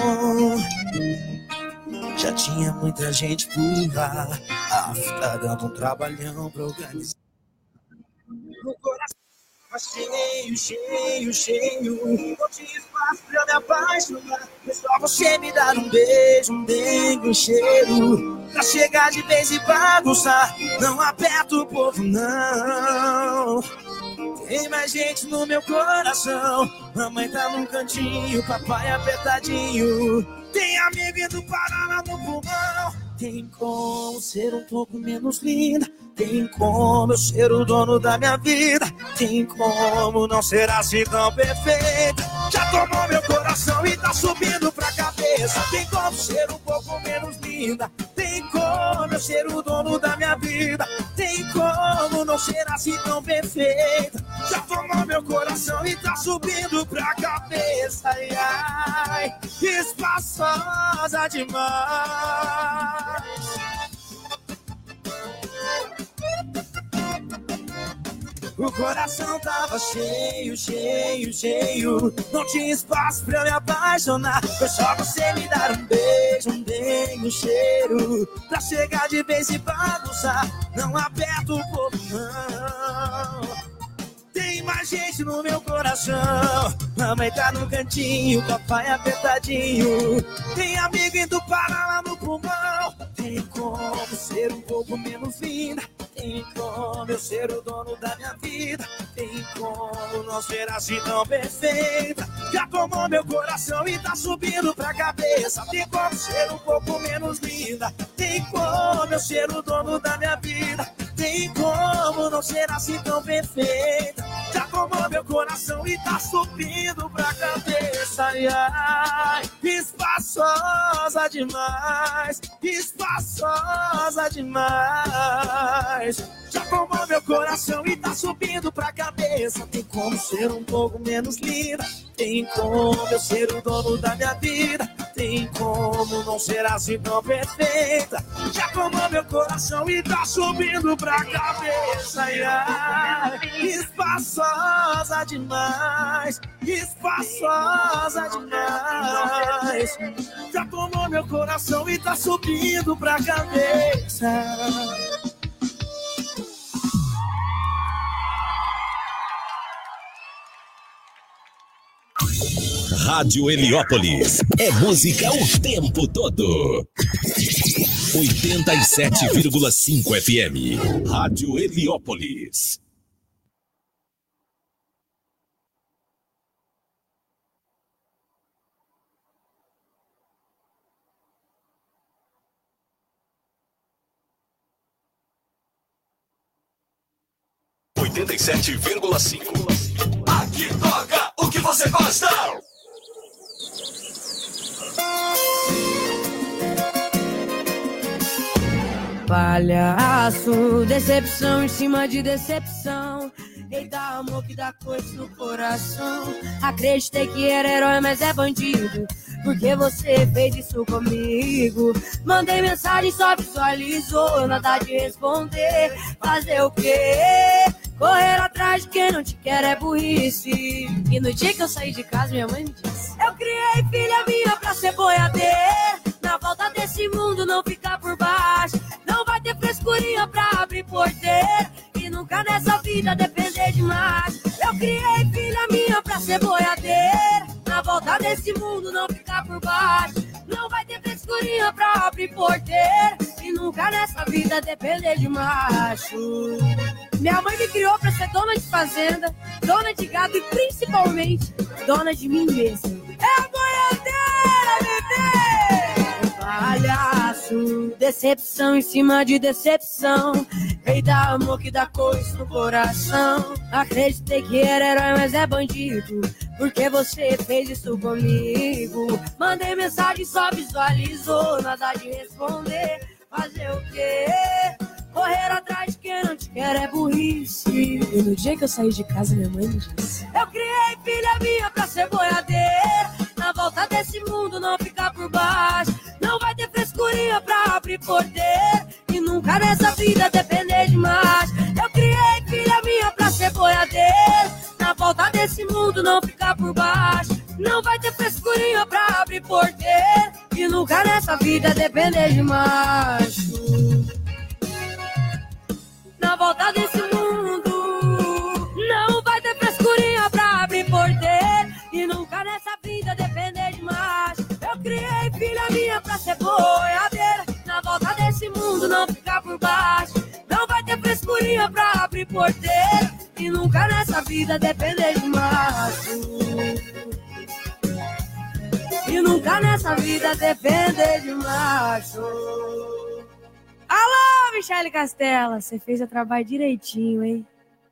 já tinha muita gente por lá. Ah, tá dando um trabalhão pra organizar. O coração tá cheio, cheio, cheio. Não tinha espaço pra eu me apaixonar. Foi só você me dar um beijo, um dengue, um cheiro. Pra chegar de vez e bagunçar. Não aperta o povo, não. Tem mais gente no meu coração. Mamãe tá num cantinho, papai apertadinho. Tem amigo indo parar lá no pulmão. Tem como ser um pouco menos linda. Tem como eu ser o dono da minha vida. Tem como não ser assim tão perfeita. Já tomou meu coração e tá subindo pra cabeça. Tem como ser um pouco menos linda. Tem como eu ser o dono da minha vida. Tem como não ser assim tão perfeita. Já tomou meu coração e tá subindo pra cabeça. Ai, ai, espaçosa demais. O coração tava cheio, cheio, cheio. Não tinha espaço pra eu me apaixonar. Foi só você me dar um beijo, um beijo, um cheiro. Pra chegar de vez e bagunçar. Não aperta o povo, não. Tem mais gente no meu coração. Mamãe tá no cantinho, papai apertadinho. Tem amigo indo parar lá no pulmão. Tem como ser um pouco menos linda. Tem como eu ser o dono da minha vida. Tem como não ser assim tão perfeita. Já tomou meu coração e tá subindo pra cabeça. Tem como ser um pouco menos linda. Tem como eu ser o dono da minha vida. Tem como não não ser assim tão perfeita. Já tomou meu coração e tá subindo pra cabeça. Ai, ai, espaçosa demais, espaçosa demais. Já tomou meu coração e tá subindo pra cabeça. Tem como ser um pouco menos linda? Tem como eu ser o dono da minha vida? Tem como não ser assim tão perfeita? Já tomou meu coração e tá subindo pra cabeça. Ai, ai, espaçosa demais, espaçosa demais. Já tomou meu coração e tá subindo pra cabeça. Rádio Heliópolis. É música o tempo todo. oitenta e sete vírgula cinco F M. Rádio Heliópolis. oitenta e sete vírgula cinco. Aqui toca o que você gosta. Palhaço, decepção em cima de decepção. Eita, amor que dá coisa no coração. Acreditei que era herói, mas é bandido. Porque você fez isso comigo. Mandei mensagem, só visualizou. Nada de responder. Fazer o quê? Correr atrás de quem não te quer é burrice. E no dia que eu saí de casa, minha mãe me disse: eu criei filha minha pra ser boiadeira. Na volta desse mundo não ficar por baixo. Não vai ter frescurinha pra abrir porteira. E nunca nessa vida depender de mais. Eu criei filha minha pra ser boiadeira. Na volta desse mundo não ficar por baixo. Não vai ter frescurinha pra abrir porteira. E nunca nessa vida depender de macho. Minha mãe me criou pra ser dona de fazenda, dona de gado e principalmente dona de mim mesma. É a boiadeira, bebê! Palhaço, decepção em cima de decepção. Eita, amor que dá coisa no coração. Acreditei que era herói, mas é bandido. Porque você fez isso comigo. Mandei mensagem, só visualizou. Nada de responder. Fazer o quê? Correr atrás de quem não te quer é burrice. E no dia que eu saí de casa, minha mãe me disse: eu criei filha minha pra ser boiadeira. Na volta desse mundo não ficar por baixo. Não vai ter frescurinha pra abrir porteira. E nunca nessa vida depender de mais. Eu criei filha minha pra ser boiadeira. Na volta desse mundo não ficar por baixo. Não vai ter frescurinha pra abrir porteira. E nunca nessa vida depender de macho. Na volta desse mundo não vai ter frescurinha pra abrir porteira. E nunca nessa vida depender de macho. Eu criei filha minha pra ser boiadeira. Na volta desse mundo não ficar por baixo. Não vai ter frescurinha pra abrir porteira. E nunca nessa vida depender de macho. E nunca nessa vida depender de macho. Alô, Michele Castela, você fez o trabalho direitinho, hein?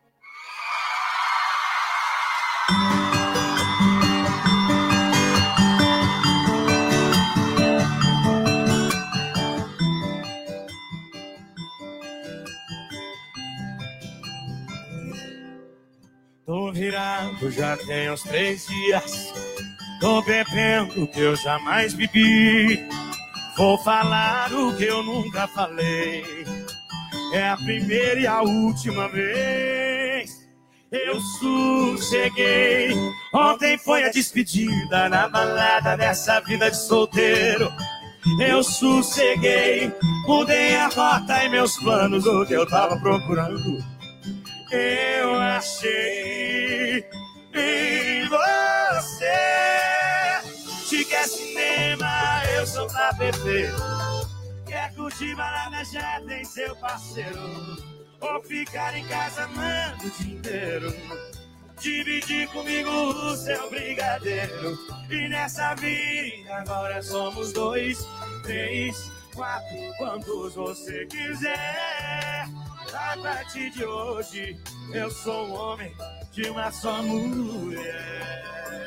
Tô virado, já tem uns três dias. Tô bebendo o que eu jamais bebi. Vou falar o que eu nunca falei. É a primeira e a última vez. Eu sosseguei. Ontem foi a despedida na balada dessa vida de solteiro. Eu sosseguei. Mudei a rota e meus planos, o que eu tava procurando eu achei em você. Se quer cinema, eu sou pra beber. Quer curtir balada, já tem seu parceiro. Ou ficar em casa amando o dia inteiro. Dividir comigo o seu brigadeiro. E nessa vida agora somos dois, três, quatro, quantos você quiser. A partir de hoje, eu sou um homem de uma só mulher.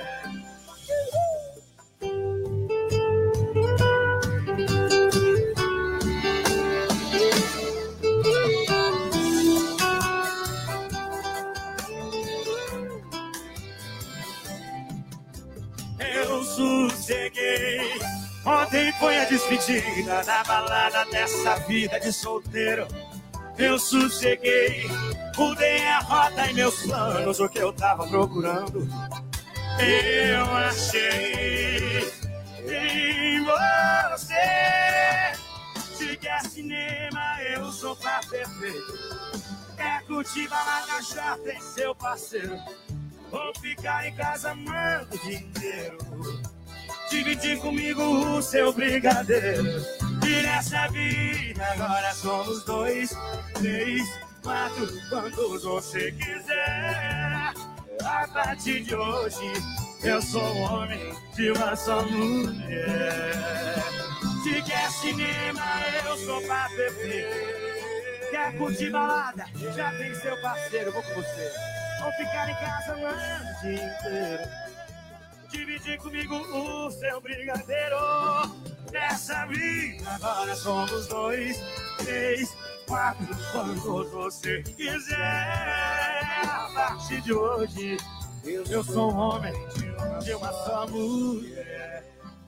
Eu sosseguei. Ontem foi a despedida da balada dessa vida de solteiro. Eu sosseguei, mudei a rota e meus planos, o que eu tava procurando. Eu achei em você. Se quer cinema, eu sou pra perfeito. Quer curtir balada, já tem seu parceiro. Vou ficar em casa amando o dia inteiro. Dividir comigo o seu brigadeiro. E nessa vida agora somos dois, três, quatro, quantos você quiser. A partir de hoje eu sou um homem de uma só mulher. Se quer cinema eu sou pra beber. Quer curtir balada, já tem seu parceiro, vou com você. Vou ficar em casa amando o dia inteiro. Dividir comigo o seu brigadeiro. Nessa vida agora somos dois, três, quatro, quantos você quiser. A partir de hoje eu sou um homem de uma só mulher.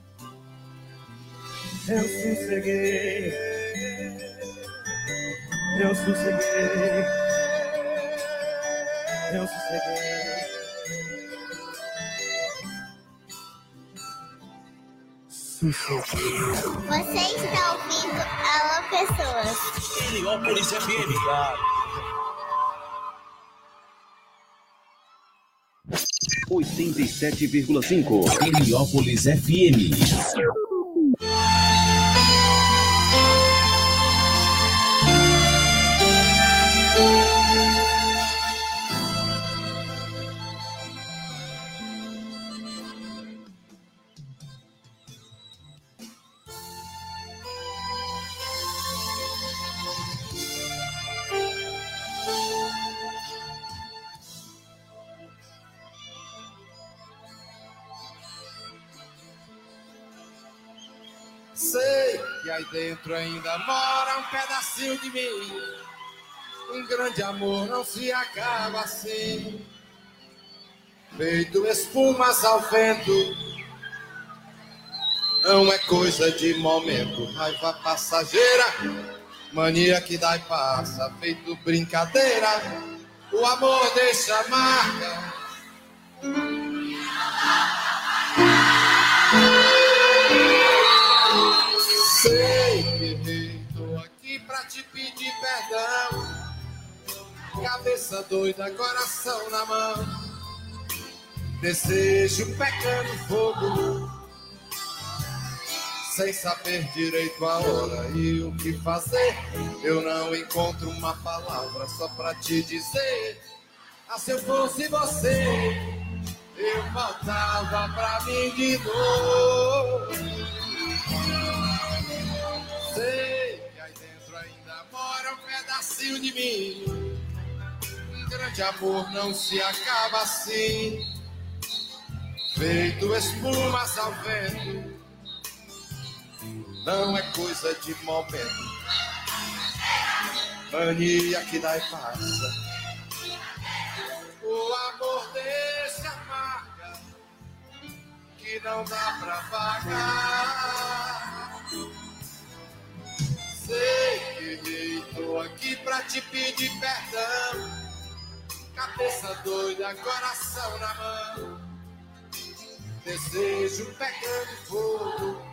Eu sosseguei, eu sosseguei, eu sosseguei. Você está ouvindo Alô Pessoas. Heliópolis F M. oitenta e sete vírgula cinco. Heliópolis F M. Sei que aí dentro ainda mora um pedacinho de mim. Um grande amor não se acaba assim. Feito espumas ao vento. Não é coisa de momento. Raiva passageira, mania que dá e passa. Feito brincadeira, o amor deixa marca. Sei que errei, tô aqui pra te pedir perdão. Cabeça doida, coração na mão. Desejo pegando fogo, sem saber direito a hora e o que fazer. Eu não encontro uma palavra só pra te dizer. Ah, se eu fosse você, eu voltava pra mim de novo. Sei que aí dentro ainda mora um pedacinho de mim. Um grande amor não se acaba assim. Feito espumas ao vento. Não é coisa de momento. Mania que dá e passa. O amor deixa marca que não dá pra pagar. Sei que errei, tô aqui pra te pedir perdão. Cabeça doida, coração na mão. Desejo pegando fogo,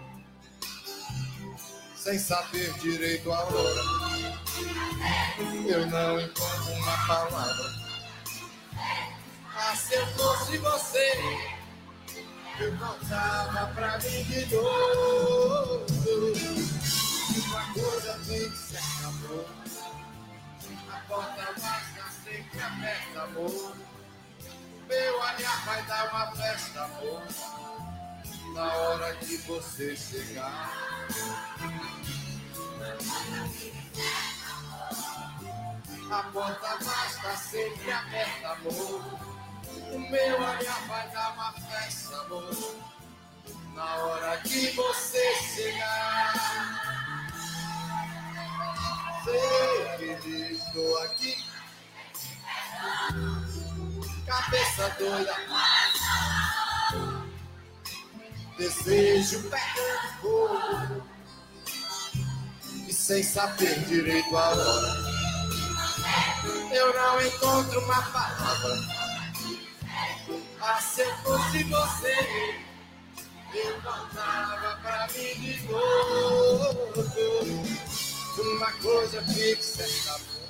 sem saber direito a hora. Eu não encontro uma palavra. Ah, se eu fosse você, eu voltava pra mim de novo. Uma coisa tem que ser amor. A porta mágica sempre aberta, amor. Meu olhar vai dar uma festa, amor. Na hora que você chegar. A porta basta sempre aberta, amor. O meu olhar vai dar uma festa, amor. Na hora que você chegar. Sei que estou aqui. Cabeça doida. Desejo pegando fogo. E sem saber direito a hora. Eu não encontro uma palavra. Ah, se eu fosse você, eu voltava pra mim de novo. Uma coisa fixa, tá bom.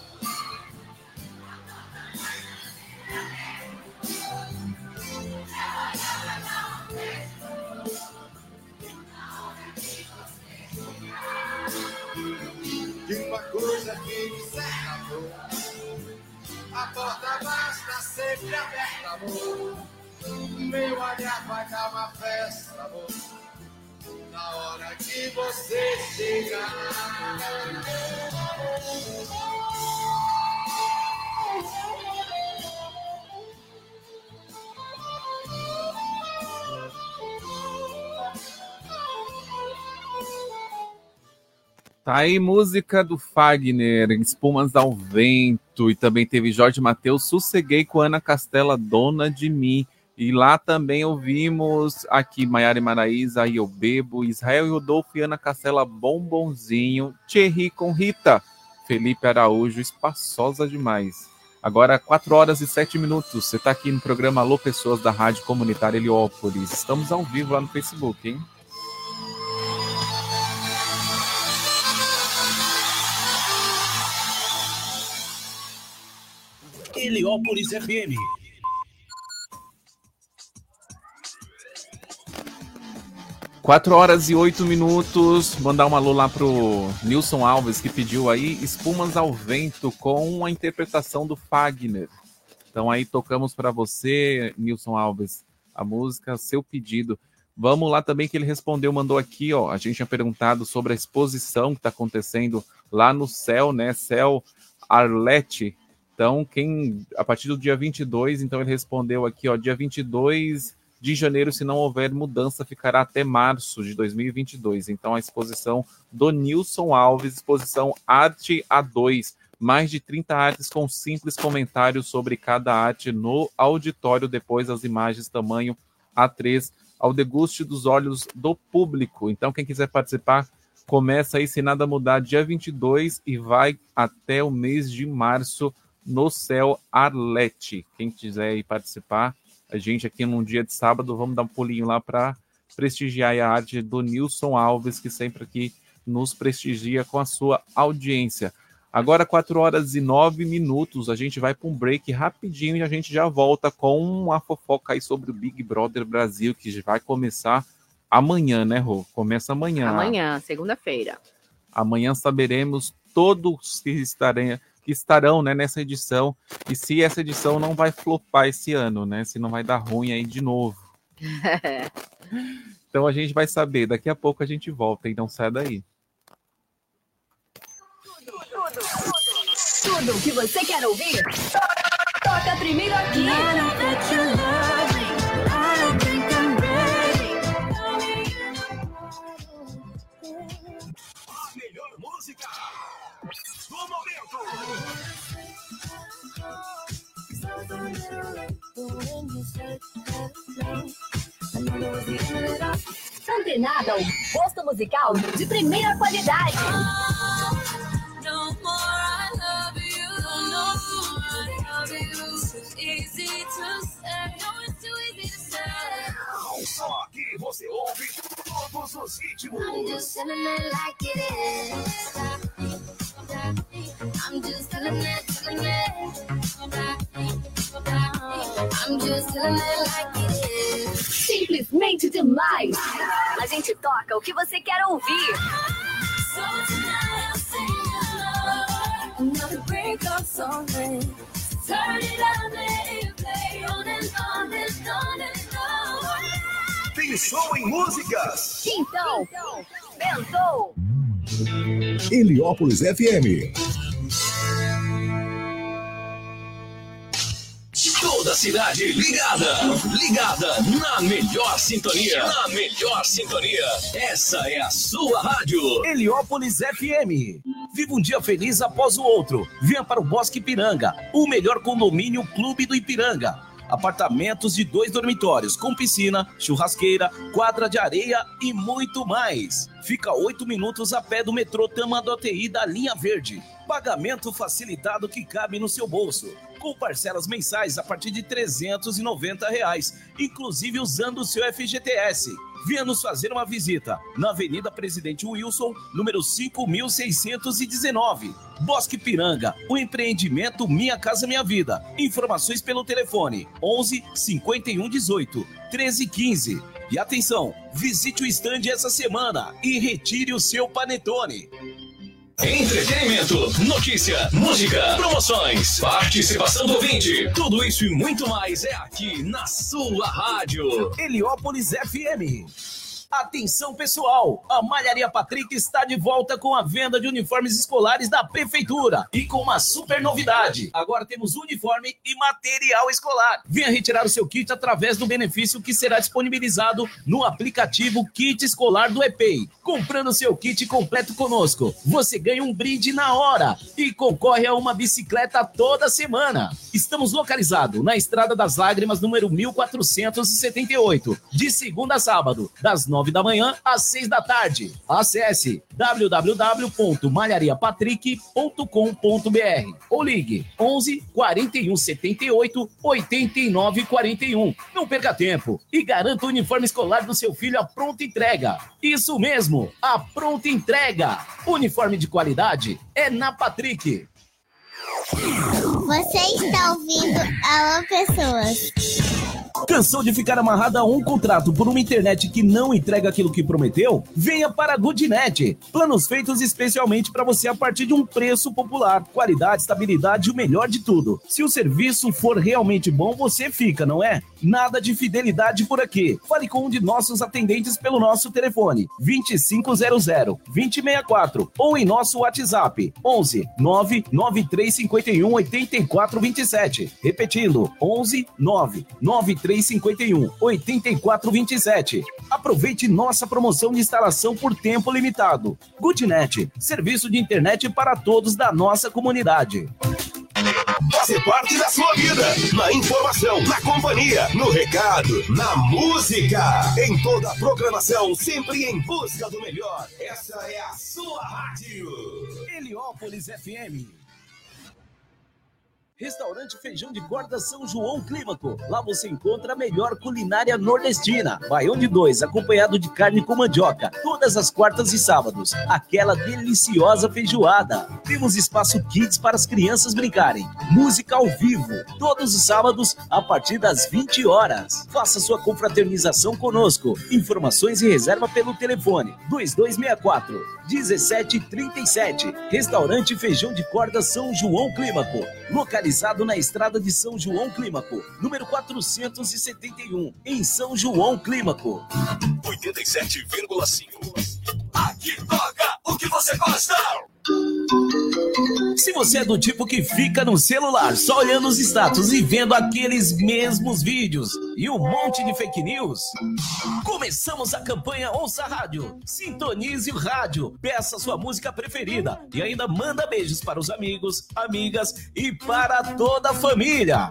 De uma coisa fixa, tá bom. A porta basta sempre aberta, amor. Meu olhar vai dar uma festa, amor. Na hora que você chegar. Tá aí música do Fagner, Espumas ao Vento, e também teve Jorge Mateus, Sosseguei com Ana Castela, Dona de Mim. E lá também ouvimos aqui Maiara e Maraísa, Aí Eu Bebo, Israel e Rodolfo e Ana Castela, Bombonzinho, Thierry com Rita, Felipe Araújo, Espaçosa Demais. Agora, quatro horas e sete minutos, você está aqui no programa Alô Pessoas da Rádio Comunitária Heliópolis. Estamos ao vivo lá no Facebook, hein? Heliópolis F M. quatro horas e oito minutos. Mandar um alô lá pro Nilson Alves, que pediu aí Espumas ao Vento com a interpretação do Fagner. Então aí tocamos para você, Nilson Alves, a música, seu pedido. Vamos lá também que ele respondeu, mandou aqui, ó. A gente tinha perguntado sobre a exposição que está acontecendo lá no Céu, né? Céu Arlete. Então, quem, a partir do dia vinte e dois, então ele respondeu aqui, ó, dia vinte e dois de janeiro, se não houver mudança, ficará até março de dois mil e vinte e dois. Então, a exposição do Nilson Alves, exposição Arte A dois, mais de trinta artes com simples comentários sobre cada arte no auditório, depois as imagens tamanho A três, ao deguste dos olhos do público. Então, quem quiser participar, começa aí, se nada mudar, dia vinte e dois e vai até o mês de março, no Céu Arlete. Quem quiser ir participar, a gente aqui num dia de sábado, vamos dar um pulinho lá para prestigiar a arte do Nilson Alves, que sempre aqui nos prestigia com a sua audiência. Agora, quatro horas e nove minutos, a gente vai para um break rapidinho e a gente já volta com uma fofoca aí sobre o Big Brother Brasil, que vai começar amanhã, né, Rô? Começa amanhã. Amanhã, segunda-feira. Amanhã saberemos todos que estarem... que estarão, né, nessa edição, e se essa edição não vai flopar esse ano, né, se não vai dar ruim aí de novo. Então a gente vai saber, daqui a pouco a gente volta, e não sai daí. Tudo, tudo, tudo, tudo o que você quer ouvir, toca primeiro aqui. A melhor música do momento. Antenada, o gosto musical de primeira qualidade. Só aqui você ouve todos os ritmos. I'm just feeling it like it is. I'm just feeling it, feeling it like it is. Simplesmente demais. A gente toca o que você quer ouvir. So tonight I'm singing love, another breakup song. Turn it on, let it play on and on and on and on. Tem som em músicas. Então, pensou? Heliópolis F M. Toda a cidade ligada, ligada na melhor sintonia, na melhor sintonia. Essa é a sua rádio. Heliópolis F M. Viva um dia feliz após o outro. Venha para o Bosque Ipiranga, o melhor condomínio clube do Ipiranga. Apartamentos de dois dormitórios, com piscina, churrasqueira, quadra de areia e muito mais. Fica a oito minutos a pé do metrô Tamanduateí da linha verde. Pagamento facilitado que cabe no seu bolso, com parcelas mensais a partir de trezentos e noventa reais, inclusive usando o seu F G T S. Venha nos fazer uma visita na Avenida Presidente Wilson, número cinco mil seiscentos e dezenove. Bosque Ipiranga, o empreendimento Minha Casa Minha Vida. Informações pelo telefone onze, cinquenta e um, dezoito, treze, quinze. E atenção, visite o estande essa semana e retire o seu panetone. Entretenimento, notícia, música, promoções, participação do ouvinte. Tudo isso e muito mais é aqui na sua rádio. Heliópolis F M. Atenção pessoal, a Malharia Patrick está de volta com a venda de uniformes escolares da prefeitura e com uma super novidade. Agora temos uniforme e material escolar. Venha retirar o seu kit através do benefício que será disponibilizado no aplicativo Kit Escolar do E P E I. Comprando seu kit completo conosco, você ganha um brinde na hora e concorre a uma bicicleta toda semana. Estamos localizados na Estrada das Lágrimas, número mil quatrocentos e setenta e oito, de segunda a sábado, das nove da manhã às seis da tarde. Acesse w w w ponto malharia patrick ponto com ponto b r ou ligue onze, quarenta e um, setenta e oito, oitenta e nove, quarenta e um. Não perca tempo e garanta o uniforme escolar do seu filho à pronta entrega. Isso mesmo, a pronta entrega. Uniforme de qualidade é na Patrick. Você está ouvindo Alô Pessoas. Cansou de ficar amarrado a um contrato por uma internet que não entrega aquilo que prometeu? Venha para a Goodnet. Planos feitos especialmente para você a partir de um preço popular. Qualidade, estabilidade e o melhor de tudo. Se o serviço for realmente bom, você fica, não é? Nada de fidelidade por aqui. Fale com um de nossos atendentes pelo nosso telefone vinte e cinco zero zero, vinte e sessenta e quatro ou em nosso WhatsApp onze, nove nove três cinco um, oito quatro dois sete. Repetindo, onze, nove nove três cinco um, oito quatro dois sete. Aproveite nossa promoção de instalação por tempo limitado. Goodnet, serviço de internet para todos da nossa comunidade. Fazer parte da sua vida, na informação, na companhia, no recado, na música, em toda a programação, sempre em busca do melhor. Essa é a sua rádio. Heliópolis F M. Restaurante Feijão de Corda São João Clímaco. Lá você encontra a melhor culinária nordestina. Baião de dois, acompanhado de carne com mandioca. Todas as quartas e sábados. Aquela deliciosa feijoada. Temos espaço kids para as crianças brincarem. Música ao vivo. Todos os sábados, a partir das vinte horas. Faça sua confraternização conosco. Informações e reserva pelo telefone dois dois seis quatro, um sete três sete. Restaurante Feijão de Corda São João Clímaco. Localizado na estrada de São João Clímaco, número quatrocentos e setenta e um, em São João Clímaco. oitenta e sete vírgula cinco. Aqui toca o que você gosta. Se você é do tipo que fica no celular só olhando os status e vendo aqueles mesmos vídeos e um monte de fake news, começamos a campanha Ouça Rádio. Sintonize o rádio, peça sua música preferida e ainda manda beijos para os amigos, amigas e para toda a família.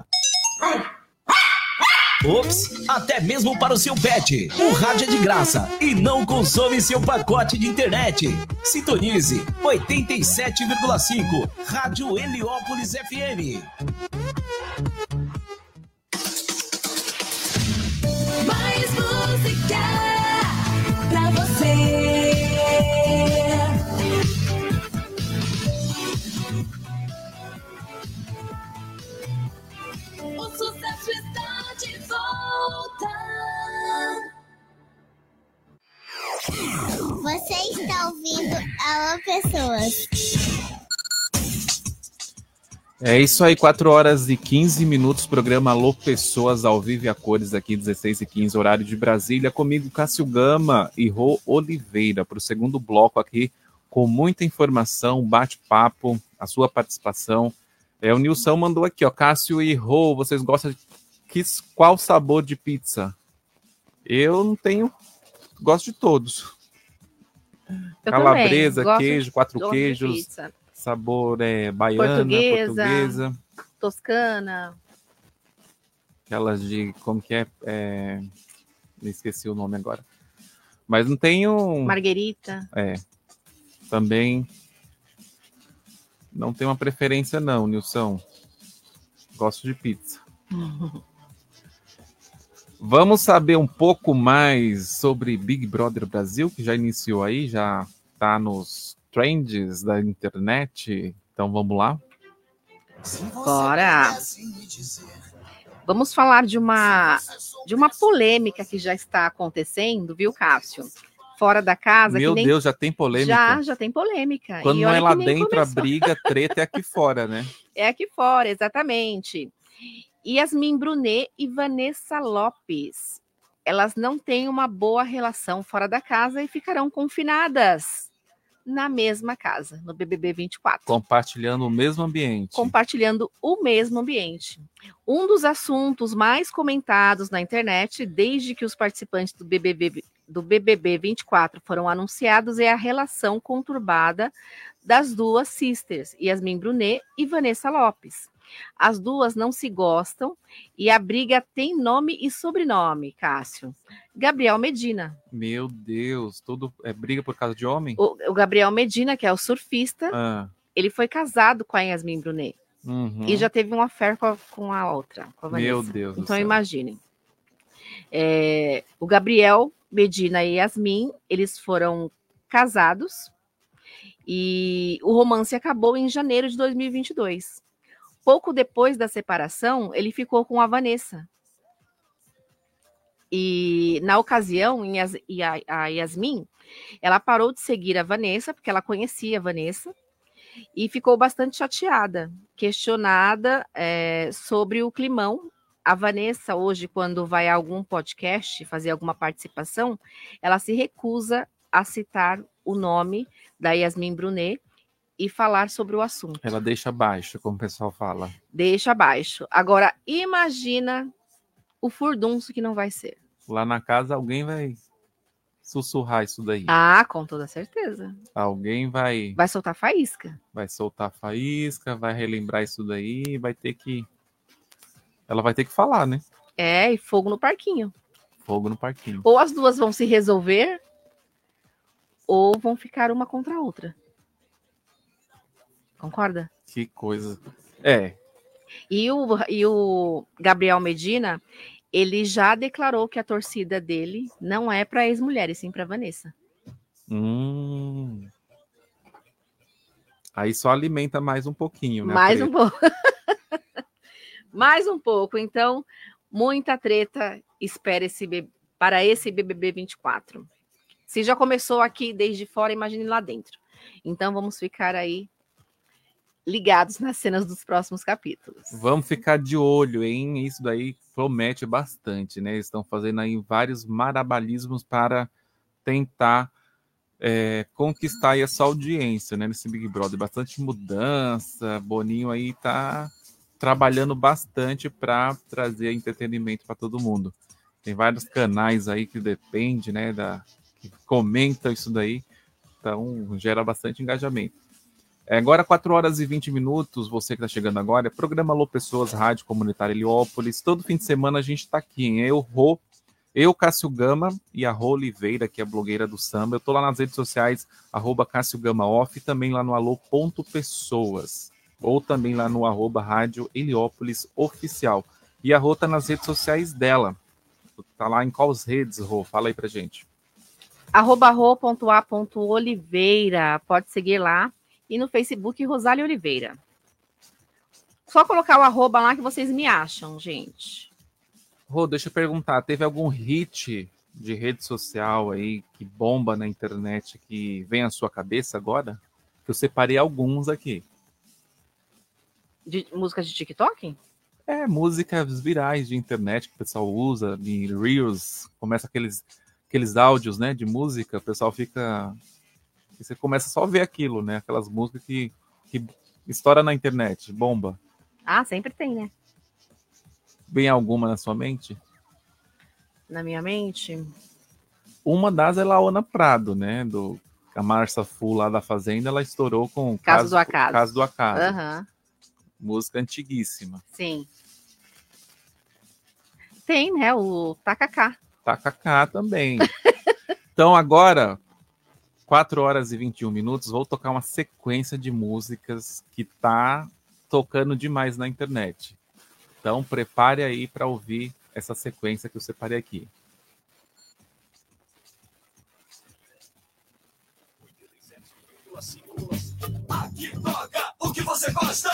Ops, até mesmo para o seu pet. O rádio é de graça e não consome seu pacote de internet. Sintonize oitenta e sete vírgula cinco, Rádio Heliópolis F M. Mais música pra você. O sucesso está de volta. Você está ouvindo Alô Pessoas. É isso aí, quatro horas e quinze minutos, programa Alô Pessoas, ao vivo e a cores aqui, dezesseis e quinze, horário de Brasília, comigo Cássio Gama e Rô Oliveira, para o segundo bloco aqui, com muita informação, bate-papo, a sua participação, É, o Nilson mandou aqui, ó. Cássio e Rô, vocês gostam de que, qual sabor de pizza? Eu não tenho. Gosto de todos. Eu Calabresa, também, queijo, gosto quatro de- gosto de queijos. pizza. Sabor é, baiana, Portuguesa. portuguesa. Toscana. Aquelas de. Como que é? é... Me esqueci o nome agora. Mas não tenho. Marguerita. É. Também. Não tenho uma preferência, não, Nilson. Gosto de pizza. Vamos saber um pouco mais sobre Big Brother Brasil, que já iniciou aí, já está nos trends da internet. Então vamos lá. Bora. Vamos falar de uma de uma polêmica que já está acontecendo, viu, Cássio? Fora da casa. Meu que nem... Deus, já tem polêmica? Já, já tem polêmica. Quando E não olha é lá que nem dentro a começou. briga, treta é aqui fora, né? É aqui fora, exatamente. Yasmin Brunet e Vanessa Lopes. Elas não têm uma boa relação fora da casa e ficarão confinadas na mesma casa, no B B B vinte e quatro. Compartilhando o mesmo ambiente. Compartilhando o mesmo ambiente. Um dos assuntos mais comentados na internet desde que os participantes do B B B, do B B B vinte e quatro foram anunciados é a relação conturbada das duas sisters, Yasmin Brunet e Vanessa Lopes. As duas não se gostam e a briga tem nome e sobrenome, Cássio. Gabriel Medina. Meu Deus, tudo é briga por causa de homem? O, o Gabriel Medina, que é o surfista, Ah, ele foi casado com a Yasmin Brunet. uhum. E já teve um affair com a, com a outra, com a Vanessa. Meu Deus do Então céu. imaginem. É, o Gabriel Medina e Yasmin, eles foram casados e o romance acabou em janeiro de dois mil e vinte e dois. Pouco depois da separação, ele ficou com a Vanessa. E na ocasião, em Yas- e a, a Yasmin, ela parou de seguir a Vanessa, porque ela conhecia a Vanessa, e ficou bastante chateada, questionada é, sobre o climão. A Vanessa, hoje, quando vai a algum podcast fazer alguma participação, ela se recusa a citar o nome da Yasmin Brunet e falar sobre o assunto. Ela deixa baixo, como o pessoal fala. Deixa abaixo. Agora, imagina o furdunço que não vai ser. Lá na casa alguém vai sussurrar isso daí. Ah, com toda certeza. Alguém vai Vai soltar faísca. vai soltar faísca, vai relembrar isso daí, vai ter que ela vai ter que falar, né? É, e fogo no parquinho. Fogo no parquinho. Ou as duas vão se resolver, ou vão ficar uma contra a outra. Concorda? Que coisa. É, E o, e o Gabriel Medina, ele já declarou que a torcida dele não é para ex-mulher, e sim para Vanessa. hum. Aí só alimenta mais um pouquinho, né? a Mais um treta. pouco. Mais um pouco. Então, muita treta espera esse, B- para esse B B B vinte e quatro. Se já começou aqui desde fora, imagine lá dentro. Então, vamos ficar aí ligados nas cenas dos próximos capítulos. Vamos ficar de olho, hein? Isso daí promete bastante, né? Eles estão fazendo aí vários marabalismos para tentar é, conquistar aí essa audiência, né? Nesse Big Brother. Bastante mudança. Boninho aí tá trabalhando bastante para trazer entretenimento para todo mundo. Tem vários canais aí que depende, né? Da, que comentam isso daí. Então, gera bastante engajamento. É, agora, quatro horas e vinte minutos, você que está chegando agora, é programa Alô Pessoas, Rádio Comunitária Heliópolis. Todo fim de semana a gente está aqui, hein? Eu, Rô, eu, Cássio Gama e a Rô Oliveira, que é a blogueira do samba. Eu estou lá nas redes sociais, arroba Cássio Gama Off, e também lá no alô.pessoas, ou também lá no arroba Rádio Heliópolis Oficial. E a Rô está nas redes sociais dela. Tá lá em quais redes, Rô? Fala aí pra gente. arroba ro.a.oliveira. Pode seguir lá. E no Facebook, Rosália Oliveira. Só colocar o arroba lá que vocês me acham, gente. Rô, deixa eu perguntar, teve algum hit de rede social aí que bomba na internet que vem à sua cabeça agora? Eu separei alguns aqui. De músicas de TikTok? É, músicas virais de internet que o pessoal usa, de Reels, começa aqueles, aqueles áudios, né, de música, o pessoal fica... E você começa só a ver aquilo, né, aquelas músicas que, que estoura na internet, bomba. Ah, sempre tem, né? Vem alguma na sua mente? Na minha mente? Uma das é Laona Prado, né? Do, a Marcia Fu lá da Fazenda, ela estourou com Caso, caso do Acaso. Caso do Acaso. Uhum. Música antiguíssima. Sim. Tem, né? O Tacacá. Tacacá também. Então agora, quatro horas e vinte e um minutos, vou tocar uma sequência de músicas que tá tocando demais na internet. Então prepare aí para ouvir essa sequência que eu separei aqui. Aqui toca o que você gosta.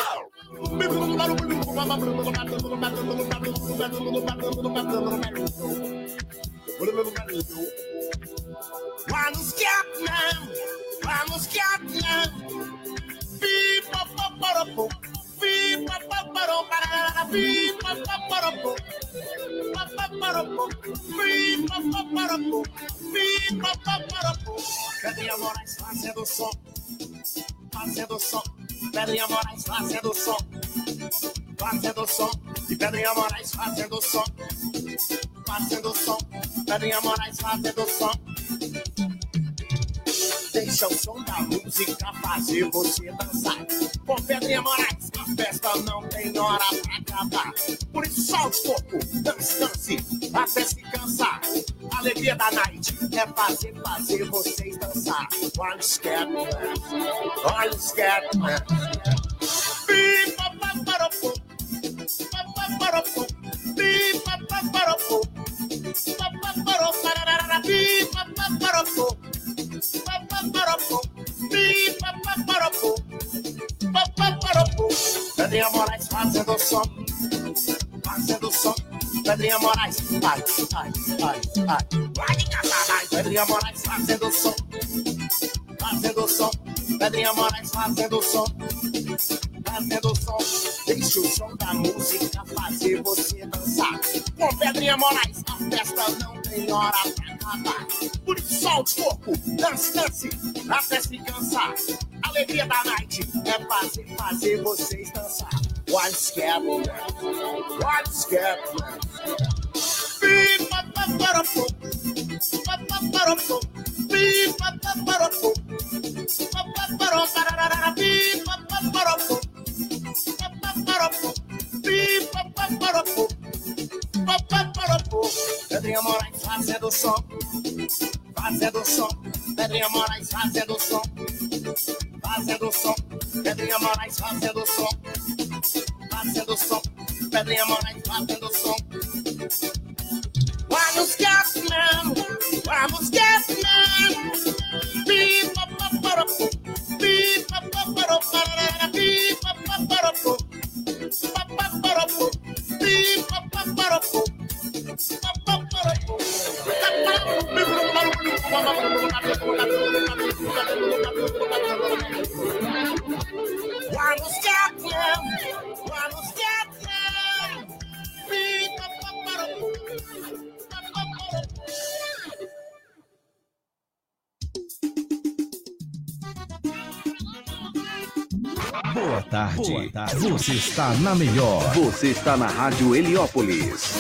Vamos Vietnam, vamos Vietnam. Viva paparapo, viva paparapo, viva paparapo, paparapo, viva paparapo, viva paparapo. Pedrinha Moraes fazendo som, fazendo som. Pedrinha Moraes fazendo som, fazendo som. E Pedrinha Moraes fazendo som, fazendo som. Pedrinha Moraes fazendo som. Deixa o som da música fazer você dançar. Com Pedrinha Moraes, a festa não tem hora pra acabar. Por isso solte o corpo, dance, dance, até se cansar. A alegria da night é fazer, fazer vocês dançar. Olha o scared, olha o scared. Pipa, paparopo, paparopo, pipa, paparopo, paparopo, pipa, paparopo. Pedrinha Moraes fazendo som, fazendo som. Pedrinha Moraes, ai, ai, ai, ai. Vai de casa, Pedrinha Moraes fazendo som, fazendo som. Pedrinha Moraes fazendo som, fazendo som. Deixa o som da música fazer você dançar. Com Pedrinha Moraes, a festa não tem hora pra acabar. Por isso solte o corpo, dance, dance, até se cansar. A alegria da night é fazer, fazer vocês dançar. Olha o scab, olha o scab. Pipa, paparopo, paparopo, pipa, paparopo, paparopo, pipa, paparopo, paparopo, pipa, paparopo, paparopo. Pedrinha Moraes fazendo som, fazendo som. Pedrinha Moraes fazendo som, fazendo som. Pedrinha Moraes fazendo som, fazendo som. Pedrinha Moraes fazendo som. Vamos Vietnam, vamos Vietnam. Pipa, paparopo, pipa, paparopo, pipa, paparopo, paparopo, pipa, paparopo, paparopo. Vamos Vietnam, vamos Vietnam. Pipa, paparopo. Boa tarde. Boa tarde. Você está na melhor. Você está na Rádio Heliópolis.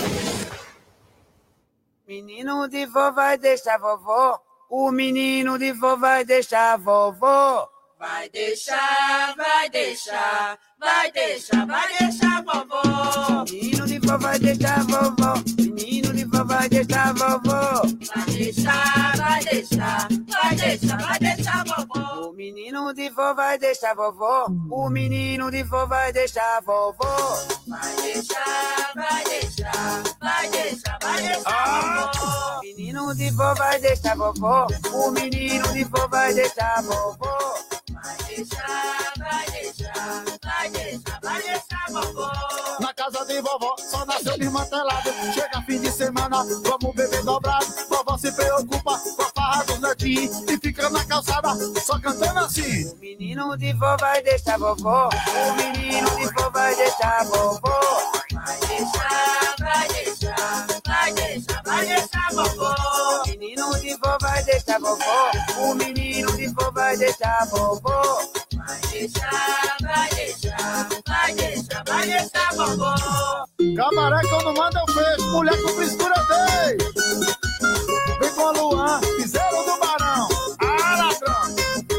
Menino de vó vai deixar vovó. O menino de vó vai deixar vovó. Vai deixar, vai deixar, vai deixar, vai deixar vovó. Menino de vó vai deixar vovó. Menino de vó vai deixar vovó. Vai deixar, vai deixar, vai deixar, vai deixar vovó. O menino de vó vai deixar vovó. O menino de vó vai deixar vovó. Vai deixar, vai deixar, vai deixar, vai deixar vovó. O menino de vó vai deixar vovó. O menino de vó vai deixar vovó. Vai deixar, vai deixar, vai deixar, vai deixar vovó. Na casa de vovó só nasceu desmantelado. Chega fim de semana, vamos beber dobrado. Vovó se preocupa com a farra dos netinhos e fica na calçada só cantando assim. O menino de vó vai deixar vovó. O menino de vó vai deixar vovó. Vai deixar, vai deixar, vai deixar, vai deixar vovó. O menino de vó vai deixar vovó. O menino de vó vai deixar vovó. Vai deixar, vai deixar, vai deixar, vai vai deixar vovó. Cabaré quando manda eu fecho, mulher com frescura dei. Vem com a Luan, piseiro do Barão. Ah, ladrão.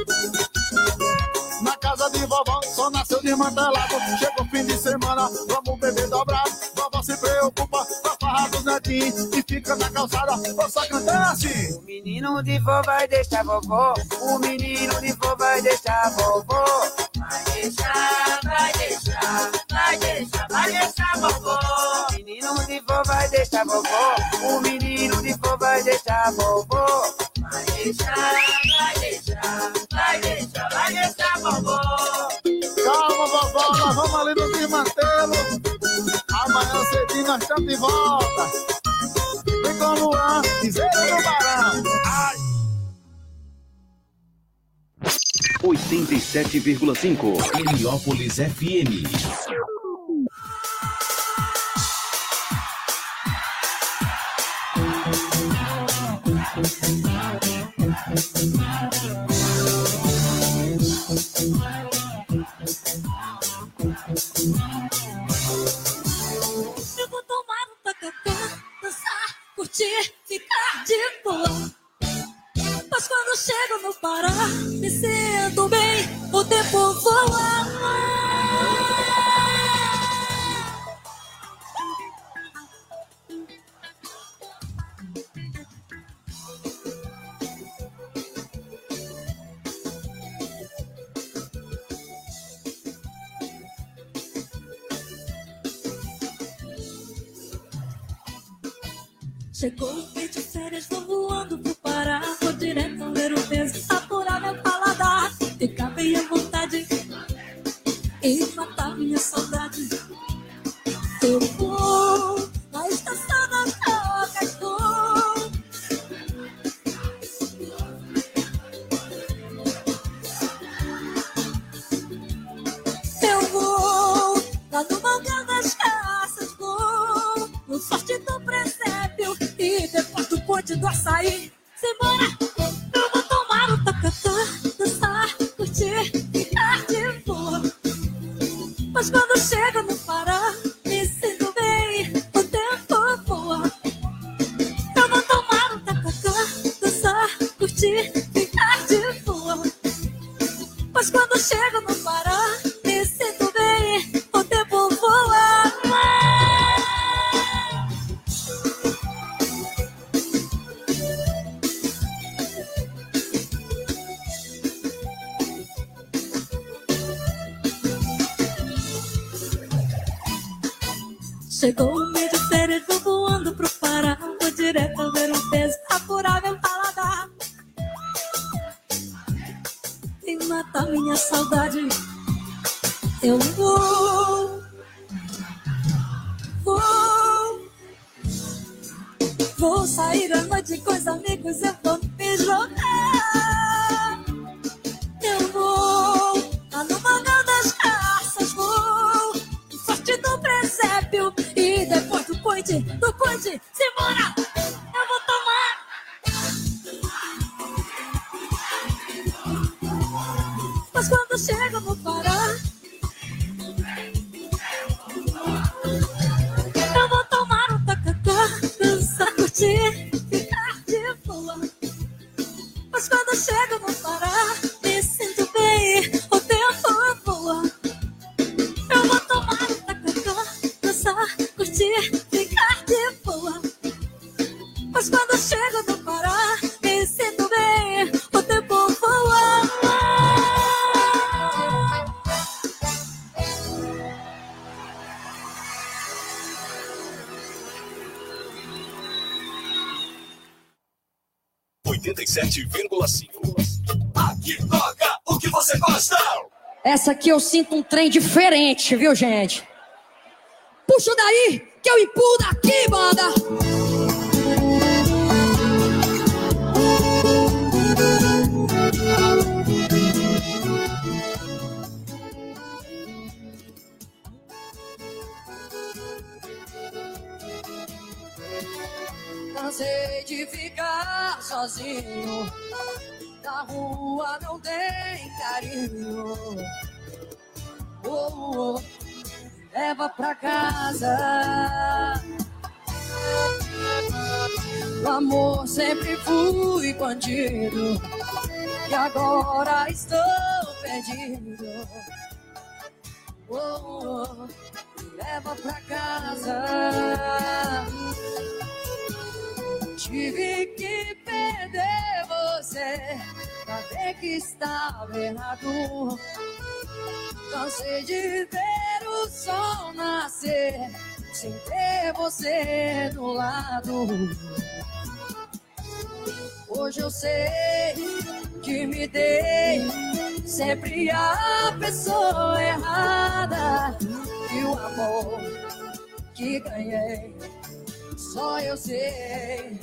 Na casa de vovó, só nasceu desmantelado. Chega o fim de semana, vamos beber dobrado. Vovó se preocupa com a farra dos netinhos e fica na calçada, vou só cantar assim. O menino de vó vai deixar vovó. O menino de vó vai deixar vovó. Vai deixar, vai deixar, vai deixar, vai deixar vovó. O menino de vó vai deixar vovó. O menino de vó vai deixar vovó. Vai deixar, vai deixar, vai deixar, vai deixar vovó. Calma, vovó, nós vamos ali no desmantelo. Amanhã cedinho nós estamos de volta. Vem com o Luan, piseiro do Barão. Ai. oitenta e sete vírgula cinco Heliópolis F M. Eu vou tomar um tacacá, dançar, curtir, ficar de boa. Mas quando chego no Pará, me sinto bem, o tempo voa. Chegou o fim de férias, vou voando pro Pará. Vou direto ler o peso, apurar meu paladar. Ficar bem à vontade e matar minha saudade. Eu vou na estação da Coca-Cola. Eu vou lá no Mangá das Caças. Vou no sorte do presépio e depois do ponte do açaí. Simbora, eu vou tomar um tacacá, dançar, curtir, ficar de boa. Mas quando chego no Pará, me sinto bem, o tempo voa. Eu vou tomar um tacacá, dançar, curtir, ficar de boa. Mas quando chego no Pará, me sinto bem, o tempo voa. Chegou o mês de férias, vou voando pro Pará. Vou direto ver um peso, apurar meu paladar e matar minha saudade. Eu vou, vou, vou sair à noite com os amigos, eu vou me jogar. Eu vou lá no Mangá das Caças, vou no sorte do presépio e depois do ponte, do ponte, simbora, eu vou tomar. Mas quando chego no Pará, eu vou tomar um tacacá, dançar, curtir, ficar de boa. Mas quando chego no Pará, me sinto bem, o tempo voa. Eu vou tomar um tacacá, dançar, curtir, ficar de boa. Mas quando chego no Pará, me sinto bem, o tempo voa. oitenta e sete vírgula cinco. Aqui toca o que você gosta. Essa aqui eu sinto um trem diferente, viu, gente? Puxa daí, que eu empurro daqui, banda. Cansei de ficar sozinho, na rua não tem carinho. Oh, oh. leva pra casa. No amor sempre fui bandido e agora estou perdido. Oh, oh, leva pra casa. Tive que perder você pra ver que estava errado. Cansei de ver o sol nascer sem ter você do lado. Hoje eu sei que me dei sempre a pessoa errada. E o amor que ganhei só eu sei,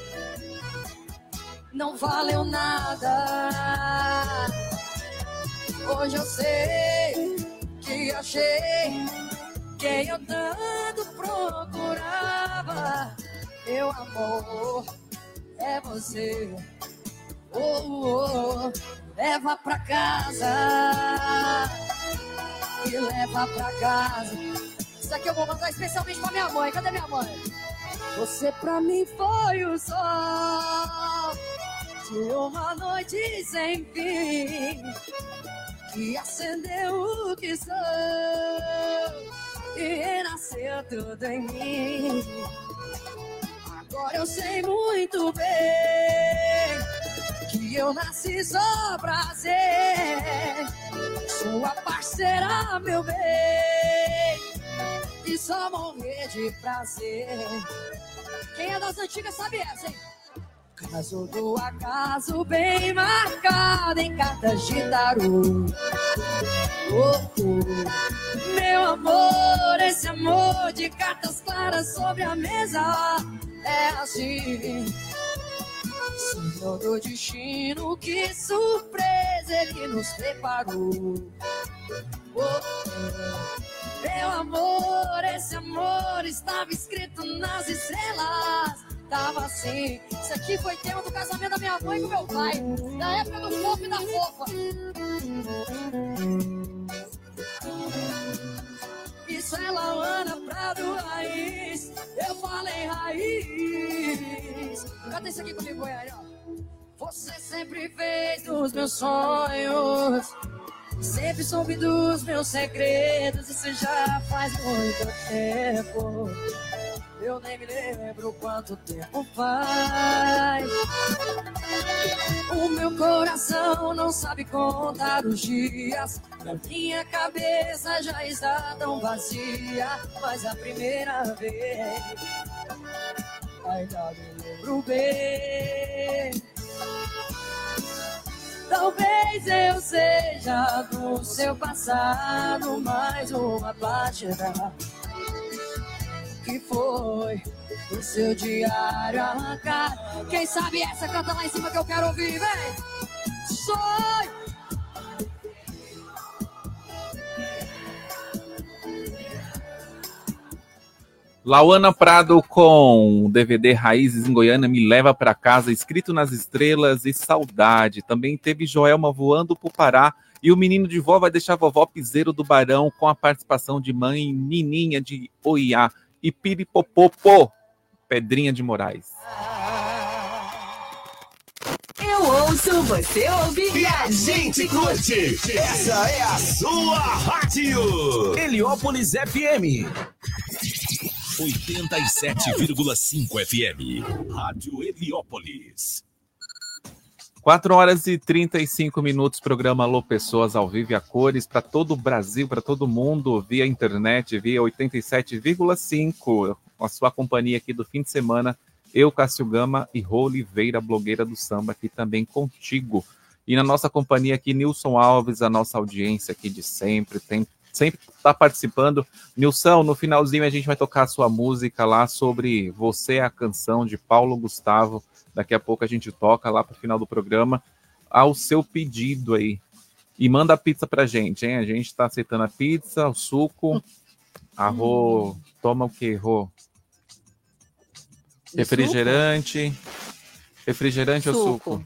não valeu nada. Hoje eu sei que achei quem eu tanto procurava. Meu amor é você. Oh, oh, leva pra casa e leva pra casa. Isso aqui eu vou mandar especialmente pra minha mãe. Cadê minha mãe? Você pra mim foi o sol de uma noite sem fim, que acendeu o que sou e renasceu tudo em mim. Agora eu sei muito bem que eu nasci só pra ser sua parceira, meu bem, e só morrer de prazer. Quem é das antigas sabe essa, hein? Caso do acaso bem marcado em cartas de tarô. Oh, oh. Meu amor, esse amor de cartas claras sobre a mesa é assim. Senhor do destino, que surpresa ele nos preparou. Oh, oh. Meu amor, esse amor estava escrito nas estrelas. Tava assim. Isso aqui foi tema do casamento da minha mãe com meu pai, da época do fofo e da fofa. Isso é Lauana Prado Raiz. Eu falei raiz. Canta isso aqui comigo, aí, ó. Você sempre fez dos meus sonhos, sempre soube dos meus segredos. Isso já faz muito tempo, eu nem me lembro quanto tempo faz. O meu coração não sabe contar os dias, a minha cabeça já está tão vazia. Mas a primeira vez ainda me lembro bem. Talvez eu seja do seu passado mais uma página que foi o seu diário arrancar. Quem sabe essa canta lá em cima que eu quero ouvir, vem! Sonho! Lauana Prado com o D V D Raízes em Goiânia, Me Leva Pra Casa, Escrito nas Estrelas e Saudade. Também teve Joelma Voando pro Pará e O Menino de Vó Vai Deixar Vovó, Piseiro do Barão, com a participação de Mãe Nininha de Oiá e Piripopopô, Pedrinha de Moraes. Eu ouço, você ouve e a gente curte. Essa é a sua rádio. Heliópolis F M. oitenta e sete vírgula cinco F M. Rádio Heliópolis. quatro horas e trinta e cinco minutos, programa Alô Pessoas ao vivo e a cores para todo o Brasil, para todo mundo, via internet, via oitenta e sete vírgula cinco. A sua companhia aqui do fim de semana, eu, Cássio Gama e Rô Oliveira, blogueira do samba, aqui também contigo. E na nossa companhia aqui, Nilson Alves, a nossa audiência aqui de sempre, tem, sempre está participando. Nilson, no finalzinho a gente vai tocar a sua música lá sobre Você é a Canção, de Paulo Gustavo. Daqui a pouco a gente toca lá pro final do programa ao seu pedido aí. E manda a pizza pra gente, hein? A gente tá aceitando a pizza, o suco, a Rô... Toma o quê, Rô? Refrigerante. Refrigerante suco. Ou suco?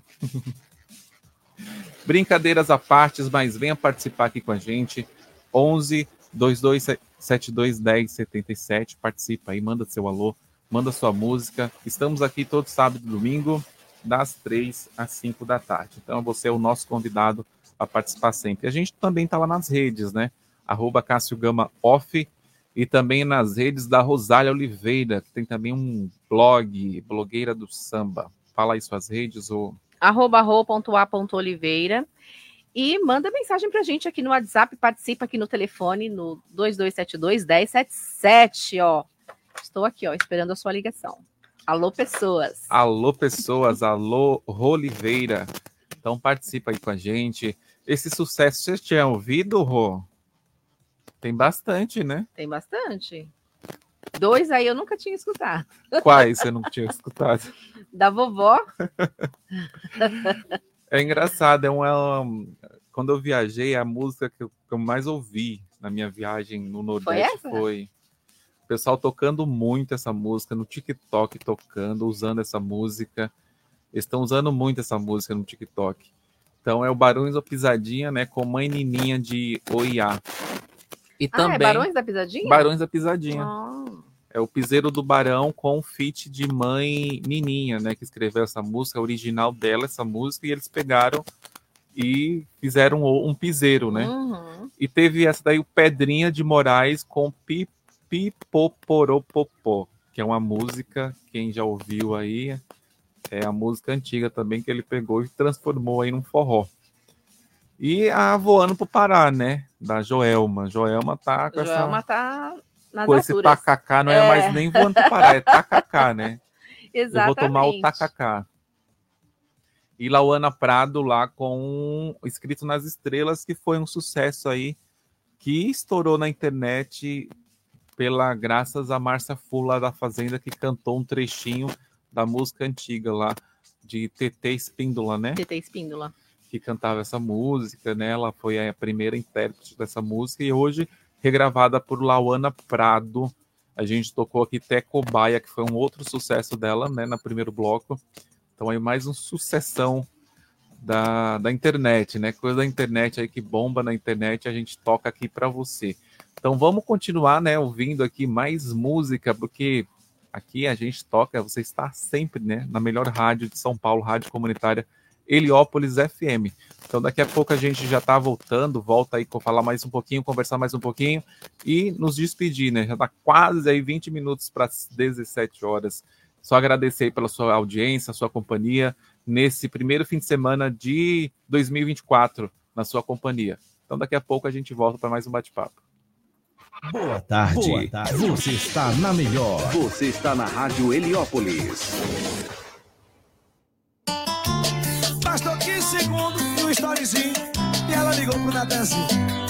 Brincadeiras à parte, mas venha participar aqui com a gente. onze, vinte e dois, sete dois um zero sete sete. Participa aí, manda seu alô, manda sua música. Estamos aqui todo sábado e domingo, das três às cinco da tarde. Então você é o nosso convidado a participar sempre. A gente também está lá nas redes, né? Arroba Cássio Gama Off, e também nas redes da Rosália Oliveira, que tem também um blog, blogueira do samba. Fala aí suas redes, ou... arroba ro ponto a ponto oliveira. E manda mensagem pra gente aqui no WhatsApp, participa aqui no telefone, no dois dois sete dois, um zero sete sete, ó. Estou aqui, ó, esperando a sua ligação. Alô, pessoas. Alô, pessoas. Alô, Oliveira. Então participa aí com a gente. Esse sucesso, você tinha ouvido, Rô? Tem bastante, né? Tem bastante. Dois aí eu nunca tinha escutado. Quais você não tinha escutado? Da vovó. É engraçado, é uma... quando eu viajei, a música que eu, que eu mais ouvi na minha viagem no Nordeste foi, foi o pessoal tocando muito essa música, no TikTok tocando, usando essa música. Eles estão usando muito essa música no TikTok. Então é o Barões da Pisadinha, né, com Mãe Nininha de Oiá. E ah, também é Barões da Pisadinha? Barões da Pisadinha. Oh. É o Piseiro do Barão com o feat de Mãe Nininha, né? Que escreveu essa música, a original dela, essa música, e eles pegaram e fizeram um, um piseiro, né? Uhum. E teve essa daí, o Pedrinha de Moraes com Pipoporopopó, que é uma música, quem já ouviu aí, é a música antiga também, que ele pegou e transformou aí num forró. E a Voando pro Pará, né? Da Joelma. Joelma tá com Joelma essa... tá nas com esse alturas. tacacá, não é, é mais nem Voando pro Pará, é tacacá, né? Exatamente. Eu vou tomar o tacacá. E Lauana Prado lá com Escrito nas Estrelas, que foi um sucesso aí, que estourou na internet pela graças a Márcia Fula da Fazenda, que cantou um trechinho da música antiga lá, de Tetê Espíndola, né? Tetê Espíndola. Que cantava essa música, né? Ela foi a primeira intérprete dessa música e hoje regravada por Lauana Prado. A gente tocou aqui Tecobaia, que foi um outro sucesso dela, né? No primeiro bloco. Então aí mais um sucessão da, da internet, né? Coisa da internet aí que bomba na internet, a gente toca aqui para você. Então vamos continuar, né? Ouvindo aqui mais música, porque aqui a gente toca, você está sempre, né? Na melhor rádio de São Paulo, rádio comunitária Heliópolis F M. Então daqui a pouco a gente já está voltando, volta aí para falar mais um pouquinho, conversar mais um pouquinho e nos despedir, né? Já está quase aí vinte minutos para as dezessete horas. Só agradecer aí pela sua audiência, sua companhia, nesse primeiro fim de semana de dois mil e vinte e quatro, na sua companhia. Então daqui a pouco a gente volta para mais um bate-papo. Boa tarde. Boa tarde. Você está na melhor. Você está na Rádio Heliópolis. Bastou quinze segundos e um storyzinho e ela ligou pro Natanzinho.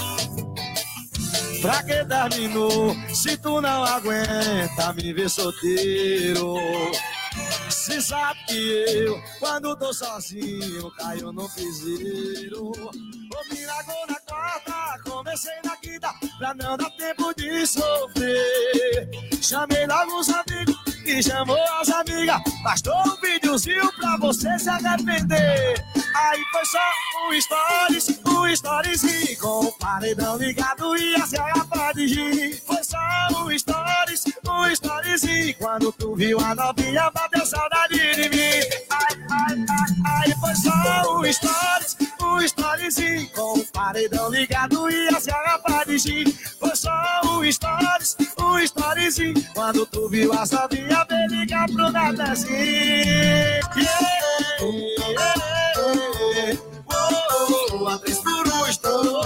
Pra que terminou se tu não aguenta me ver solteiro? Se sabe que eu, quando tô sozinho, caio no piseiro. Vou virar gol na quarta, comecei na quinta, pra não dar tempo de sofrer. Chamei logo os amigos e chamou as amigas, bastou um videozinho pra você se arrepender. Aí foi só um stories, um storyzinho, com o paredão ligado e a garrafa de gin. Foi só um stories, um storyzinho, quando tu viu a novinha bateu saudade de mim. Ai, ai, ai, aí foi só um stories, um storyzinho, com o paredão ligado e as garrafas de gin. Foi só um stories, um storyzinho, quando tu viu a novinha vem ligar pro Natanzinho. Yeah, yeah, oh, oh, a três por um estourou.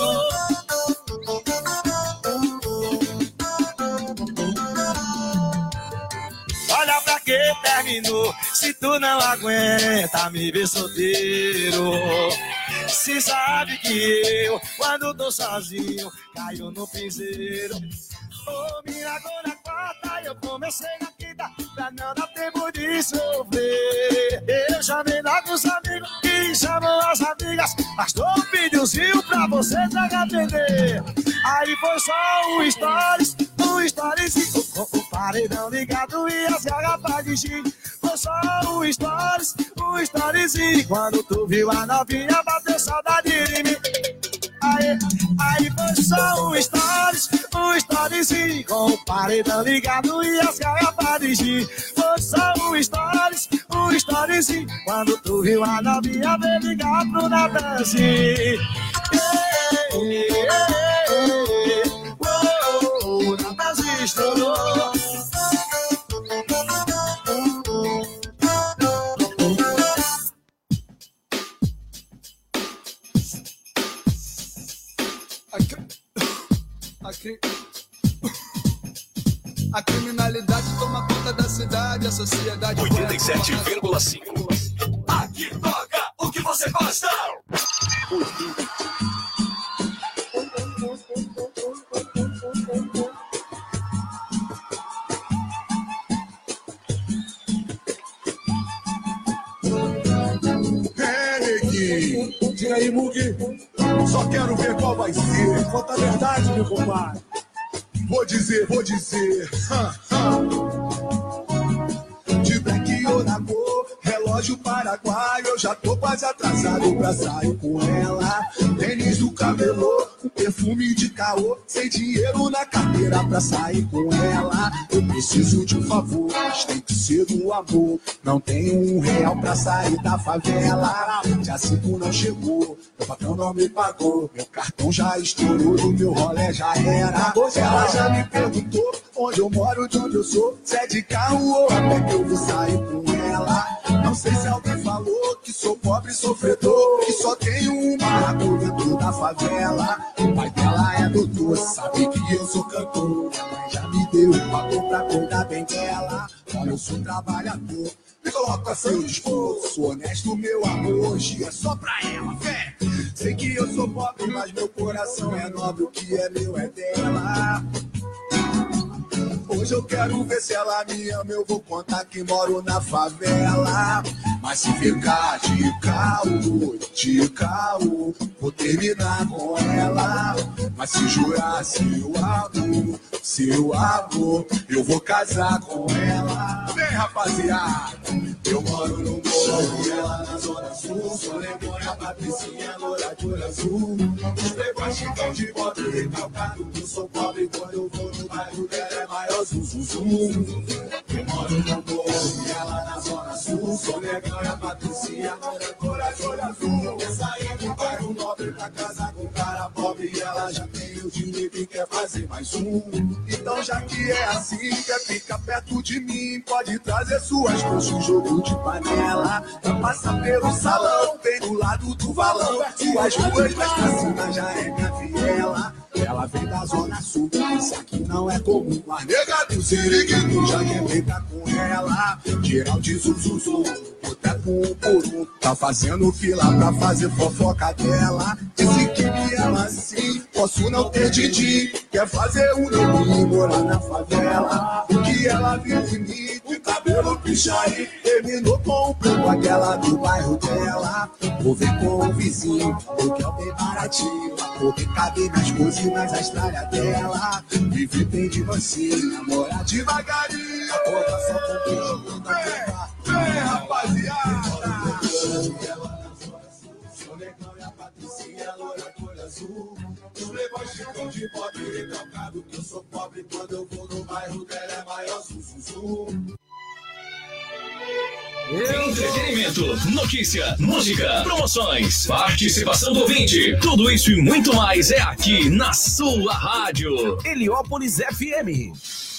Olha pra que terminou, se tu não aguenta me ver solteiro. Se sabe que eu, quando tô sozinho, caio no piseiro. Oh, me largou na quarta, eu comecei na quinta, pra não dar tempo de sofrer. Eu chamei logo os amigos e chamou as amigas, bastou um videozinho pra você se arrepender. Aí foi só um stories, um stories, com o paredão ligado e as garrafas de gin. Foi só um stories, um stories, quando tu viu a novinha bateu saudade de mim. Aí, aí foi só um stories, um storyzinho com o paredão ligado e as garrafas de foi só um stories, um storyzinho quando tu viu a novinha veio ligar pro Natanzi. Ei, ei, ei, o Natanzi estourou. A, cri... a criminalidade toma conta da cidade, a sociedade... oitenta e sete vírgula cinco. Aqui toca o que você gosta. É, neguinho. Diga aí, Mugi. Só quero ver qual vai ser. Conta a verdade, meu compadre. Vou dizer, vou dizer. De black ou na cor, relógio paraguaio. Eu já tô quase atrasado pra sair com ela. Tênis do camelô, um perfume de caô. Sem dinheiro na carteira pra sair com ela. Eu preciso de um favor, mas tem que ser do amor. Não tenho um real pra sair da favela. Dia cinco não chegou, meu patrão não me pagou. Meu cartão já estourou, do meu rolê já era. Ela já me perguntou onde eu moro, de onde eu sou. Se é de carro ou a pé que eu vou sair com ela. Não sei se alguém falou que sou pobre sofredor, que só tenho uma rabo dentro da favela. O pai dela é doutor, sabe que eu sou cantor. Minha mãe já me deu um papo pra cuidar bem dela. Olha, eu sou trabalhador, me coloca seu esforço. Sou honesto, meu amor, hoje é só pra ela, fé. Sei que eu sou pobre, mas meu coração é nobre. O que é meu é dela. Hoje eu quero ver se ela me ama, eu vou contar que moro na favela. Mas se ficar de caô, de caô, vou terminar com ela. Mas se jurar seu amor, seu amor, eu vou casar com ela. Vem, rapaziada, eu moro no morro e ela na zona sul. Sou Lemônia, Patricinha, loura de olho azul. Os playboys ficam de moto e recalcado. Eu sou pobre quando eu vou no bairro dela é maior. Zum, zum, zum. Eu moro no morro e ela na zona sul. Sou negão e a Patricinha, loura de olho azul. Eu saí do bairro nobre pra casa com cara pobre. E ela já tem o dinheiro e quer fazer mais um. Então já que é assim, quer ficar perto de mim, pode trazer suas coxas, um jogo de panela. Pra passar pelo salão, bem do lado do valão. Suas ruas mais pra cima já é minha viela. Ela vem da zona sul, isso aqui não é comum. A nega do Sirigueiro já quer brincar com ela. Geral de Zuzuzu, boteco um por um. Tá fazendo fila pra fazer fofoca dela. Disse que me ama assim, posso não ter din-din. Quer fazer um neguinho morar na favela. O que ela viu de mim, de cabelo pichaí. Terminou com o primo, aquela do bairro dela. Vou ver com o vizinho, porque é bem baratinho. Porque cabe nas cozinhas, a história dela. Vive bem de você, namorar devagarinho. Toda só com beijo, toda quebra. Vem, rapaziada. Sou negão e a Patricinha, loura de olho azul. Os playboys ficam de pobre recalcado. Que eu sou pobre quando eu vou no bairro dela é maior. Zum, zum, zum. Entretenimento, notícia, música, promoções, participação do ouvinte. Tudo isso e muito mais é aqui na sua rádio Heliópolis F M.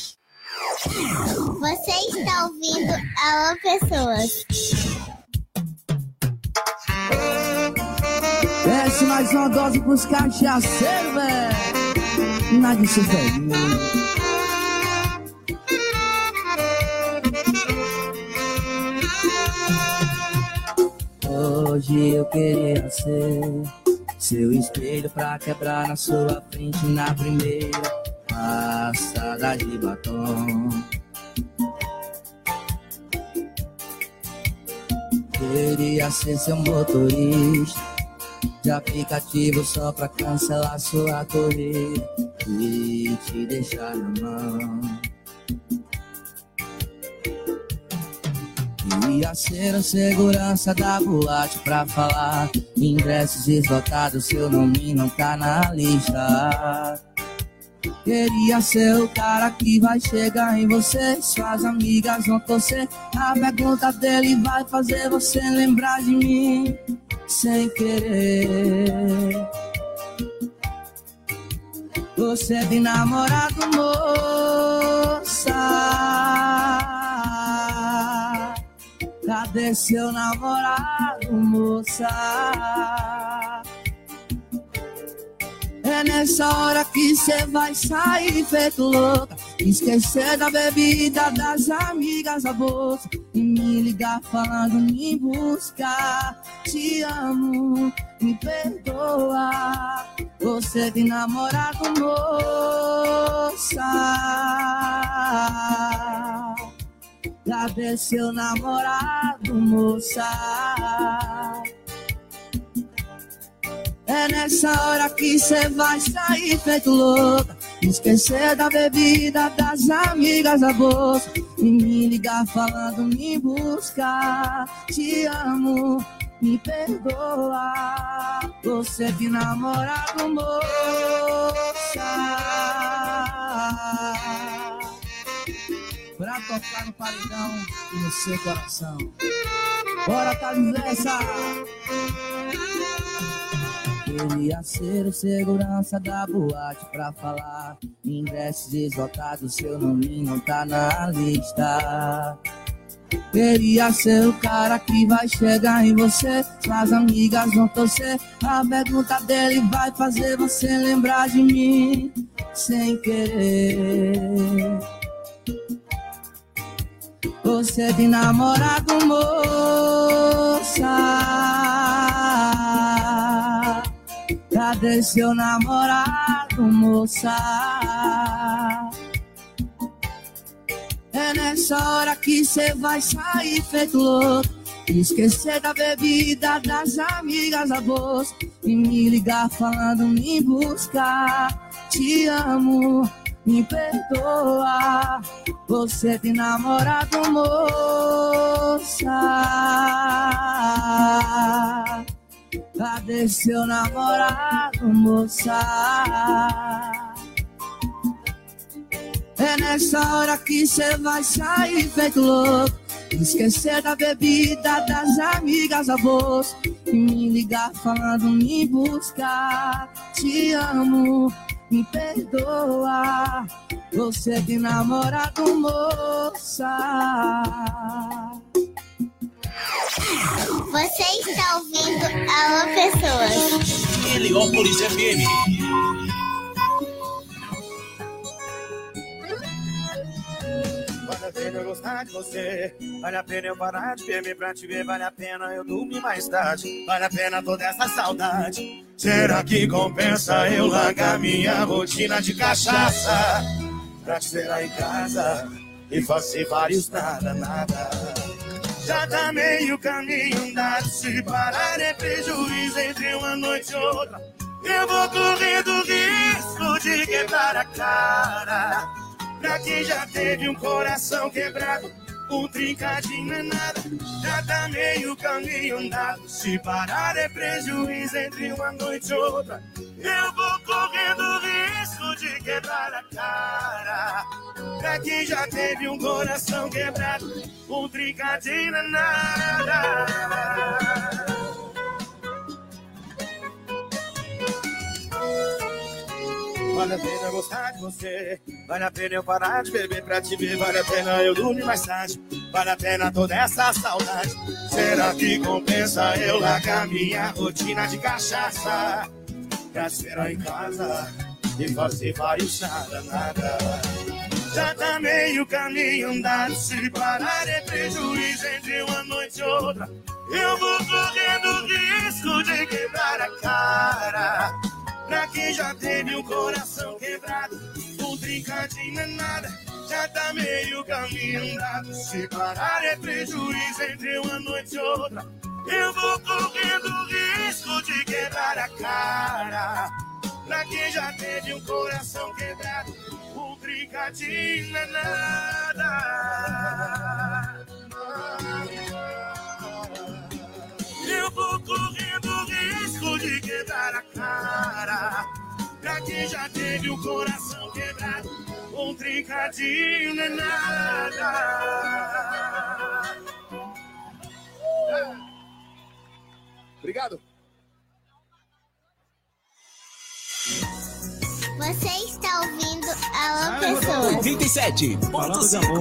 Você está ouvindo Alô Pessoas. Desce mais uma dose pros cachaceiros, velho. Nada de ser feliz. Hoje eu queria ser seu espelho pra quebrar na sua frente na primeira passada de batom. Queria ser seu motorista de aplicativo só pra cancelar sua corrida e te deixar na mão. Queria ser o segurança da boate pra falar. Ingressos esgotados, seu nome não tá na lista. Queria ser o cara que vai chegar em você, suas amigas vão torcer. A pergunta dele vai fazer você lembrar de mim sem querer. Você é de namorado, moça. Cadê seu namorado, moça? É nessa hora que cê vai sair feito louca, esquecer da bebida, das amigas, da bolsa, e me ligar falando me buscar. Te amo, me perdoa. Você de namorado, moça. Cadê seu namorado, moça? É nessa hora que cê vai sair feito louca, esquecer da bebida, das amigas, da bolsa, e me ligar falando me buscar. Te amo, me perdoa. Você de namorado, moça. Pra tocar no paredão e no seu coração. Bora, Thalissa! Queria ser o segurança da boate pra falar. Ingressos esgotados, seu nome não tá na lista. Queria ser o cara que vai chegar em você, suas amigas vão torcer. A pergunta dele vai fazer você lembrar de mim sem querer. Você de namorado, moça. Cadê seu namorado, moça? É nessa hora que cê vai sair feito louco, esquecer da bebida, das amigas, da bolsa, e me ligar falando me buscar. Te amo, me perdoa. Você de namorado, moça. Cadê seu namorado, moça? É nessa hora que cê vai sair feito louco, esquecer da bebida, das amigas, da bolsa, e me ligar falando me buscar. Te amo, me perdoa. Você de namorado, moça. Você está ouvindo Alô Pessoas. Heliópolis F M. Vale a pena eu gostar de você, vale a pena eu parar de beber pra te ver, vale a pena eu dormir mais tarde, vale a pena toda essa saudade. Será que compensa eu largar minha rotina de cachaça pra te ver lá em casa e fazer vários nada, nada? Já tá meio caminho andado, se parar é prejuízo entre uma noite e outra. Eu vou correndo risco de quebrar a cara. Pra quem já teve um coração quebrado, um trincadinho é nada. Já tá meio caminho andado, se parar é prejuízo entre uma noite e outra. Eu vou correndo risco de quebrar a cara. Pra quem já teve um coração quebrado, um trincadinho é nada. Vale a pena eu gostar de você, vale a pena eu parar de beber pra te ver, vale a pena eu dormir mais tarde, vale a pena toda essa saudade. Será que compensa eu largar minha rotina de cachaça pra te esperar em casa e fazer vários nada, nada? Já tá meio caminho andado, se parar é prejuízo entre uma noite e outra. Eu vou correndo risco de quebrar a cara. Pra quem já teve um coração quebrado, um trincadinho é nada. Já tá meio caminho andado, se parar é prejuízo entre uma noite e outra. Eu vou correndo risco de quebrar a cara. Pra quem já teve um coração quebrado, um trincadinho é nada. que já teve o coração quebrado, um trincadinho não é nada. Obrigado. Você está ouvindo Alô Pessoas. oitenta e sete ponto cinco.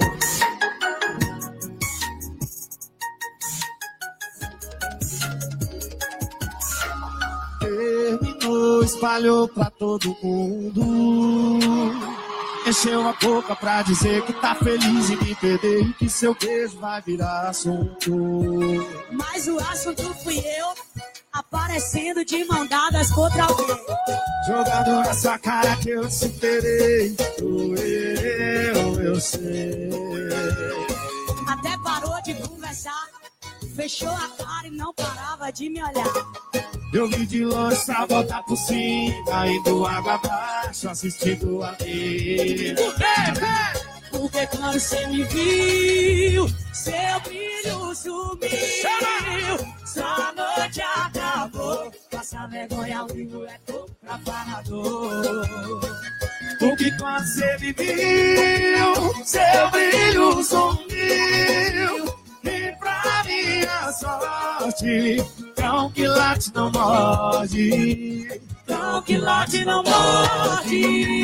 Terminou, espalhou pra todo mundo. Encheu a boca pra dizer que tá feliz em me perder e que seu beijo vai virar assunto. Mas o assunto fui eu, aparecendo de mão dadas contra alguém. Jogando na sua cara que eu superei. Sou eu, eu sei. Até parou de conversar, fechou a cara e não parava de me olhar. Eu vim de longe pra voltar por cima, indo água abaixo, assistindo a mim. Por quê? Porque quando você me viu, seu brilho sumiu. Sua noite acabou, passa vergonha ao vivo é pouco pra parador. Porque quando você me viu, seu brilho sumiu. E pra minha sorte, cão que late não morde. Cão que late não morde.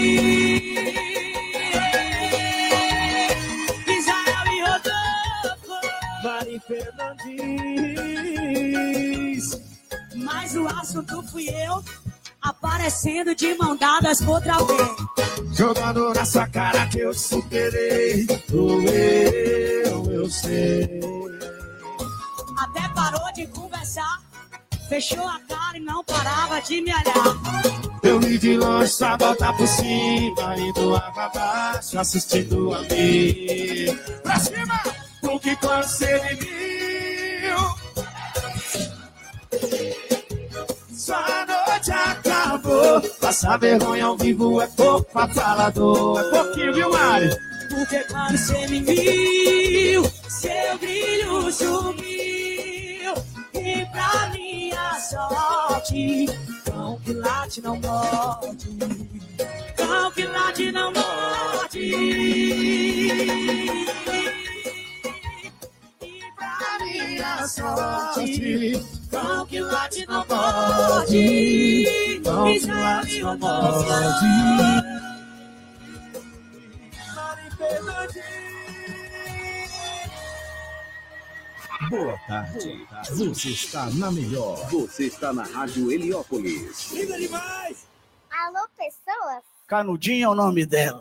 Israel e Rodolfo, Mari Fernandes. Mas o assunto fui eu, aparecendo de mão dadas contra alguém. Jogando na sua cara que eu superei. Sou eu, eu sei. Até parou de conversar, fechou a cara e não parava de me olhar. Eu vim de longe pra voltar por cima, indo água abaixo, assistindo a mim. Pra cima! Porque quando você me viu, sua noite acabou. Passar vergonha ao vivo é pouco pra falador. É pouquinho, viu, Mari? Porque quando você me viu, seu brilho sumiu. E pra minha sorte, cão que late não morde. Cão que late não morde. E pra minha sorte, cão que late não morde. Cão que late não morde. Boa tarde. Você está na melhor. Você está na Rádio Heliópolis. Liga demais! Alô, pessoas? Canudinha é o nome dela.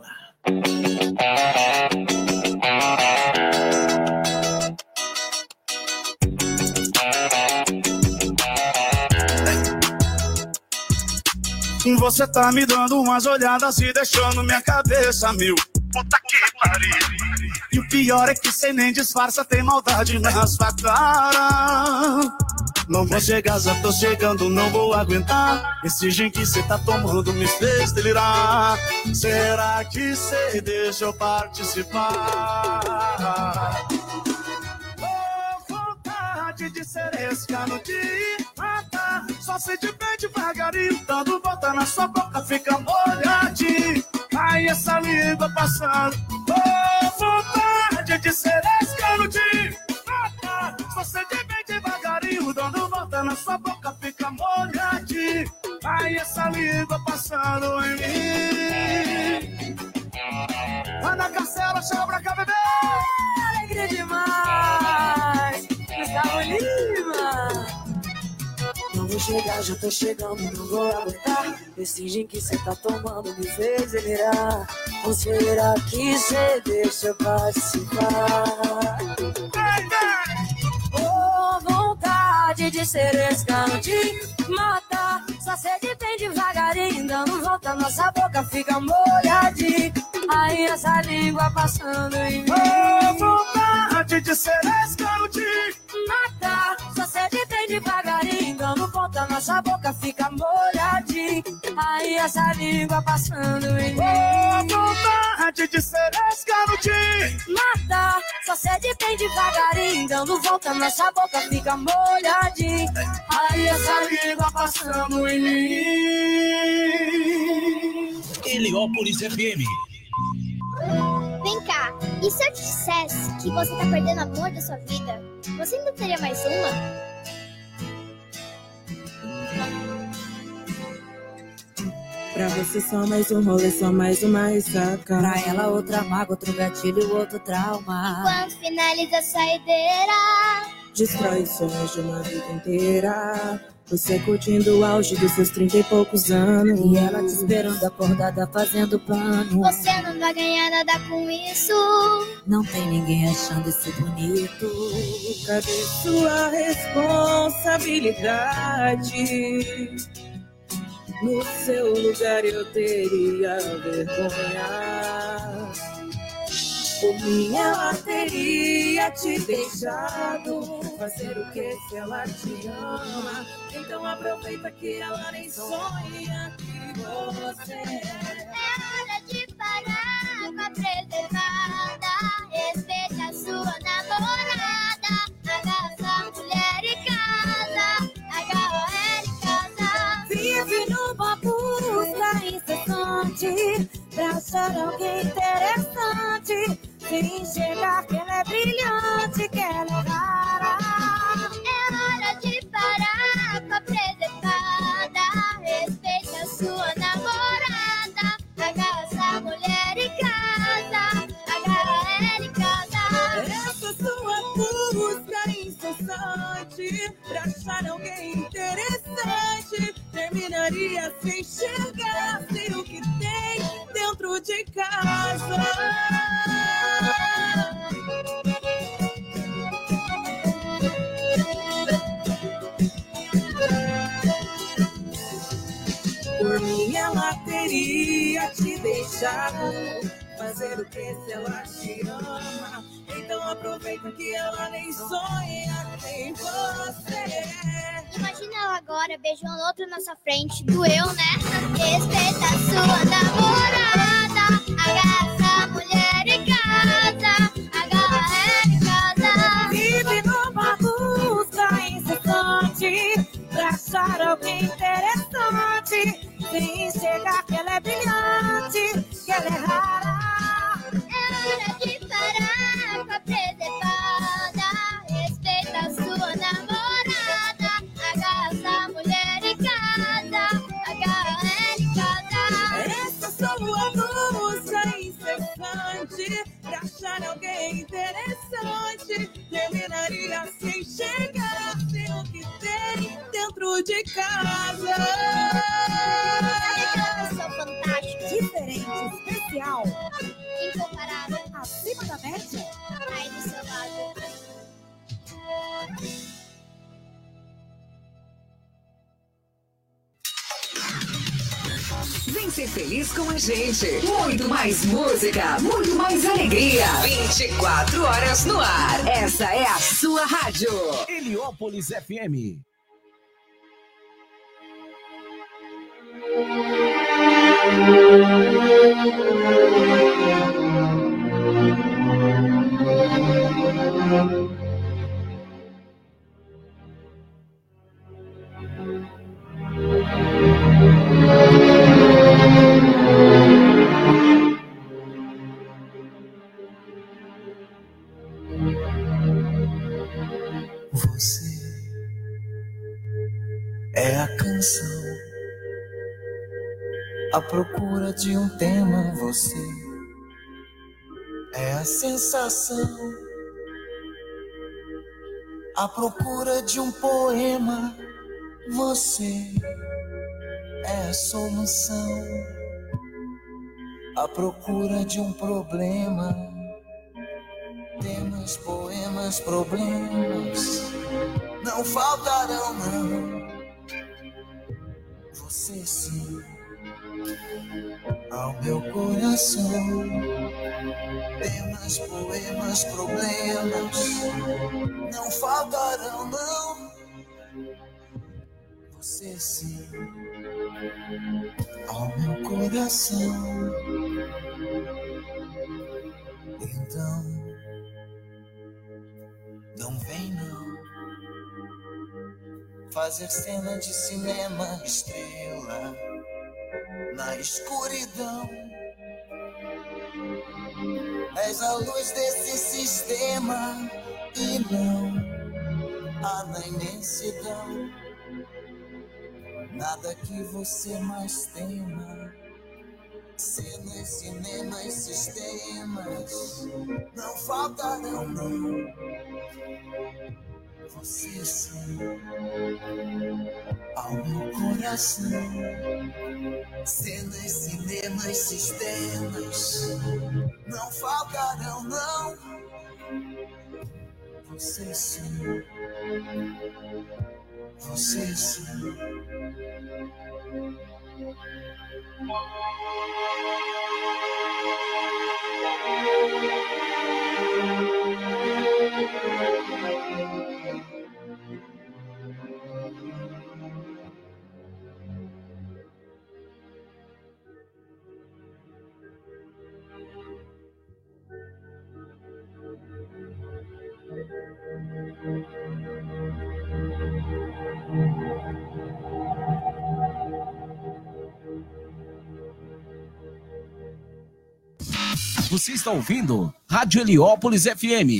Você tá me dando umas olhadas e deixando minha cabeça mil. Puta que pariu. E o pior é que cê nem disfarça, tem maldade na sua cara. Não vou chegar, já tô chegando, não vou aguentar. Esse gin que cê tá tomando me fez delirar. Será que cê deixa eu participar? Oh, vontade de ser esse canudinho. Só sente bem devagarinho, dando volta na sua boca, fica molhadinho. Aí essa língua passando. Oh, vontade de ser esse canudinho. Só sente bem devagarinho, dando volta na sua boca, fica molhadinho. Aí essa língua passando em mim. Ana Castela, chama pra cá, bebê. Alegria demais, Gustavo Lima. Não vou chegar, já tô chegando, não vou aguentar. Esse gin que cê tá tomando me fez delirar. Ou será que cê deixa eu participar? Oh, vontade de ser esse cano de matar. Só sede bem devagarinho, dando volta, nossa boca fica molhadinha. Aí essa língua passando em mim. Oh, vontade de ser esse cano de matar. Só sede bem devagarinho, dando volta, nossa boca fica molhadinha. Aí essa língua passando em mim. Oh, vontade de ser esse canudinho. Mata, só sede bem devagarinho, dando volta nessa boca fica molhadinho. Aí essa língua passando em mim. Heliópolis F M. Vem cá, e se eu te dissesse que você tá perdendo o amor da sua vida, você ainda teria mais uma? Pra você só mais um rolê, só mais uma ressaca. Pra ela outra mágoa, outro gatilho e outro trauma. Quando finaliza a saideira, destrói sonhos de uma vida inteira. Você curtindo o auge dos seus trinta e poucos anos. E ela te esperando acordada fazendo plano. Você não vai ganhar nada com isso. Não tem ninguém achando isso bonito. Cadê sua responsabilidade? No seu lugar eu teria vergonha. Por mim ela teria te deixado. Fazer o que se ela te ama? Então aproveita que ela nem sonha que você é hora de parar com a preservada. Respeite a sua namorada. Agarra a mulher em casa. Agarra ela em casa. Vive numa busca incessante pra achar alguém interessante. Sem enxergar que ela é brilhante, que ela é rara. É hora de parar com a preservada. Respeite a sua namorada. Agarra essa mulher em casa. Agarra ela em casa. Essa sua busca incessante pra achar alguém interessante terminaria sem enxergar sem o que tem dentro de casa. Por mim ela teria te deixado. Fazer o que se ela te ama? Então aproveita que ela nem sonha em você. Imagina ela agora beijando outro na sua frente. Doeu, né? Respeita a sua namorada. Agarra essa mulher em casa. Agarra ela em casa. Vive numa busca incessante pra achar alguém interessante. Sem enxergar que ela é brilhante, que ela é rara. É hora de parar com a preservada. Respeita a sua namorada. Agarra essa mulher em casa. Agarra ela em casa. Essa sua busca incessante pra achar alguém interessante terminaria sem chegar sem o que tem dentro de casa. Sabe aquela pessoa fantástica? Diferente, especial, incomparável, acima da média. Aí do seu lado. Vem ser feliz com a gente. Muito mais música, muito mais alegria. vinte e quatro horas no ar. Essa é a sua rádio. Heliópolis F M. Você é a canção, à procura de um tema. Você é a sensação, à procura de um poema. Você é a solução, à procura de um problema. Temas, poemas, problemas não faltarão, não. Você sim, ao meu coração. Temas, poemas, problemas não faltarão, não. Você Você sim, ao meu coração. Então, não vem não fazer cena de cinema, estrela na escuridão. És a luz desse sistema e não há na imensidão nada que você mais tema. Cenas, cinemas, sistemas não faltarão não. Você sim, ao meu coração. Cenas, cinemas, sistemas não faltarão não. Você sim, você sim. Você está ouvindo Rádio Heliópolis F M.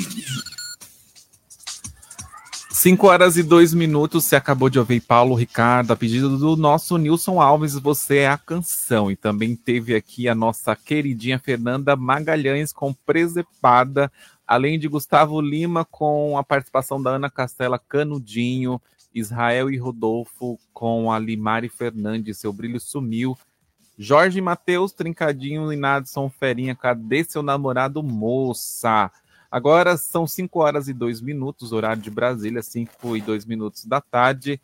cinco horas e dois minutos, você acabou de ouvir Paulo Ricardo, a pedido do nosso Nilson Alves, Você é a Canção. E também teve aqui a nossa queridinha Fernanda Magalhães com Presepada, além de Gustavo Lima com a participação da Ana Castela Canudinho, Israel e Rodolfo com a Limari Fernandes, Seu Brilho Sumiu, Jorge Matheus, Trincadinho e Nadson Ferinha, Cadê Seu Namorado, Moça? Agora são cinco horas e dois minutos, horário de Brasília, cinco e dois minutos da tarde.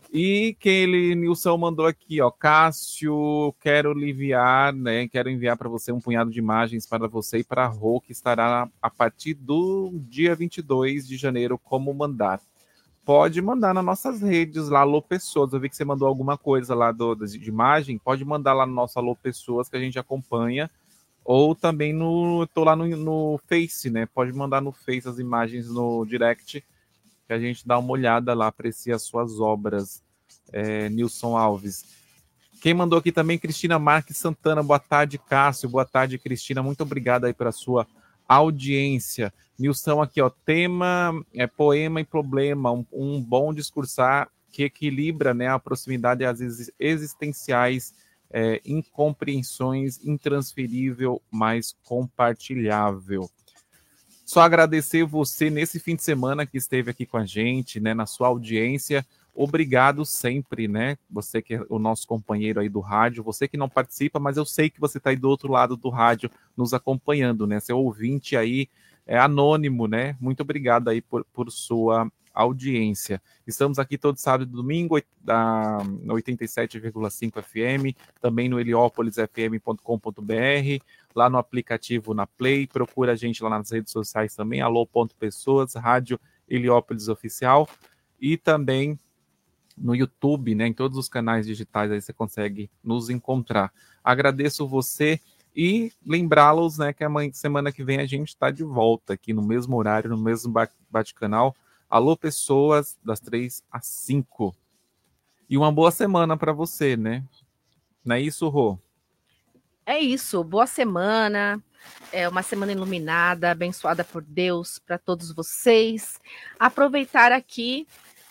E quem ele, Nilson, mandou aqui, ó, Cássio, quero lhe enviar, né, quero enviar para você um punhado de imagens para você e para a Rô, que estará a partir do dia vinte e dois de janeiro, como mandar. Pode mandar nas nossas redes lá, Alô Pessoas. Eu vi que você mandou alguma coisa lá do, de imagem. Pode mandar lá no nosso Alô Pessoas, que a gente acompanha. Ou também no. Eu tô lá no, no Face, né? Pode mandar no Face as imagens no direct, que a gente dá uma olhada lá, aprecia as suas obras. É, Nilson Alves. Quem mandou aqui também, Cristina Marques Santana. Boa tarde, Cássio. Boa tarde, Cristina. Muito obrigado aí pela sua audiência. Nilson aqui, ó, tema, é, poema e problema, um, um bom discursar que equilibra, né, a proximidade às existenciais, é, incompreensões, intransferível, mas compartilhável. Só agradecer você nesse fim de semana que esteve aqui com a gente, né, na sua audiência. Obrigado sempre, né? Você que é o nosso companheiro aí do rádio, você que não participa, mas eu sei que você está aí do outro lado do rádio nos acompanhando, né? Seu ouvinte aí é anônimo, né? Muito obrigado aí por, por sua audiência. Estamos aqui todo sábado e domingo da oitenta e sete vírgula cinco F M, também no heliópolis f m ponto com ponto b r, lá no aplicativo na Play, procura a gente lá nas redes sociais também, alô.pessoas, Rádio Heliópolis Oficial, e também no YouTube, né, em todos os canais digitais, aí você consegue nos encontrar. Agradeço você e lembrá-los, né, que amanhã, semana que vem a gente está de volta aqui no mesmo horário, no mesmo bate-canal. Alô, pessoas, das três às cinco. E uma boa semana para você, né? Não é isso, Rô? É isso, boa semana, é uma semana iluminada, abençoada por Deus para todos vocês. Aproveitar aqui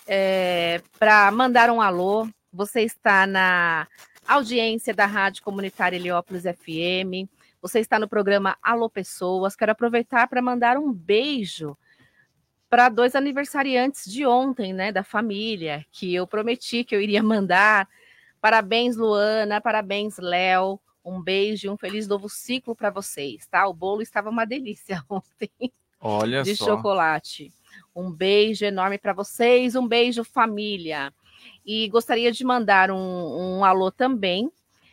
é, para mandar um alô. Você está na audiência da Rádio Comunitária Heliópolis F M, você está no programa Alô Pessoas. Quero aproveitar para mandar um beijo para dois aniversariantes de ontem, né, da família, que eu prometi que eu iria mandar. Parabéns, Luana, parabéns, Léo. Um beijo e um feliz novo ciclo para vocês, tá? O bolo estava uma delícia ontem. Olha de só. chocolate. Um beijo enorme para vocês, um beijo, família. E gostaria de mandar um, um alô também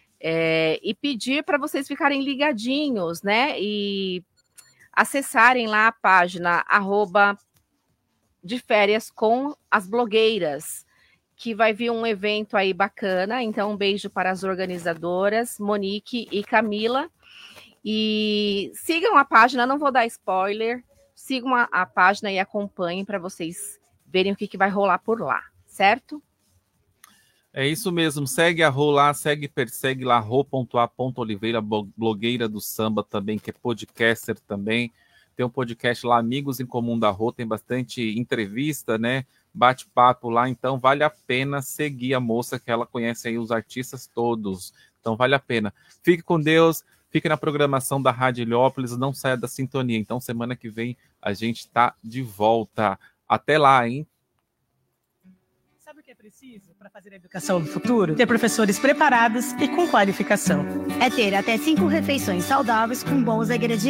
é, e pedir para vocês ficarem ligadinhos, né? E acessarem lá a página arroba de férias com as blogueiras. que vai vir um evento aí bacana. Então, um beijo para as organizadoras, Monique e Camila. E sigam a página, não vou dar spoiler, sigam a, a página e acompanhem para vocês verem o que, que vai rolar por lá, certo? É isso mesmo, segue a Rô lá, segue, persegue lá, rô ponto a ponto oliveira, blogueira do samba também, que é podcaster também. Tem um podcast lá, Amigos em Comum da Rô, tem bastante entrevista, né? Bate-papo lá, então vale a pena seguir a moça, que ela conhece aí os artistas todos. Então vale a pena. Fique com Deus, fique na programação da Rádio Heliópolis, não saia da sintonia. Então semana que vem a gente tá de volta. Até lá, hein? Sabe o que é preciso para fazer a educação do futuro? Ter professores preparados e com qualificação. É ter até cinco refeições saudáveis com bons ingredientes.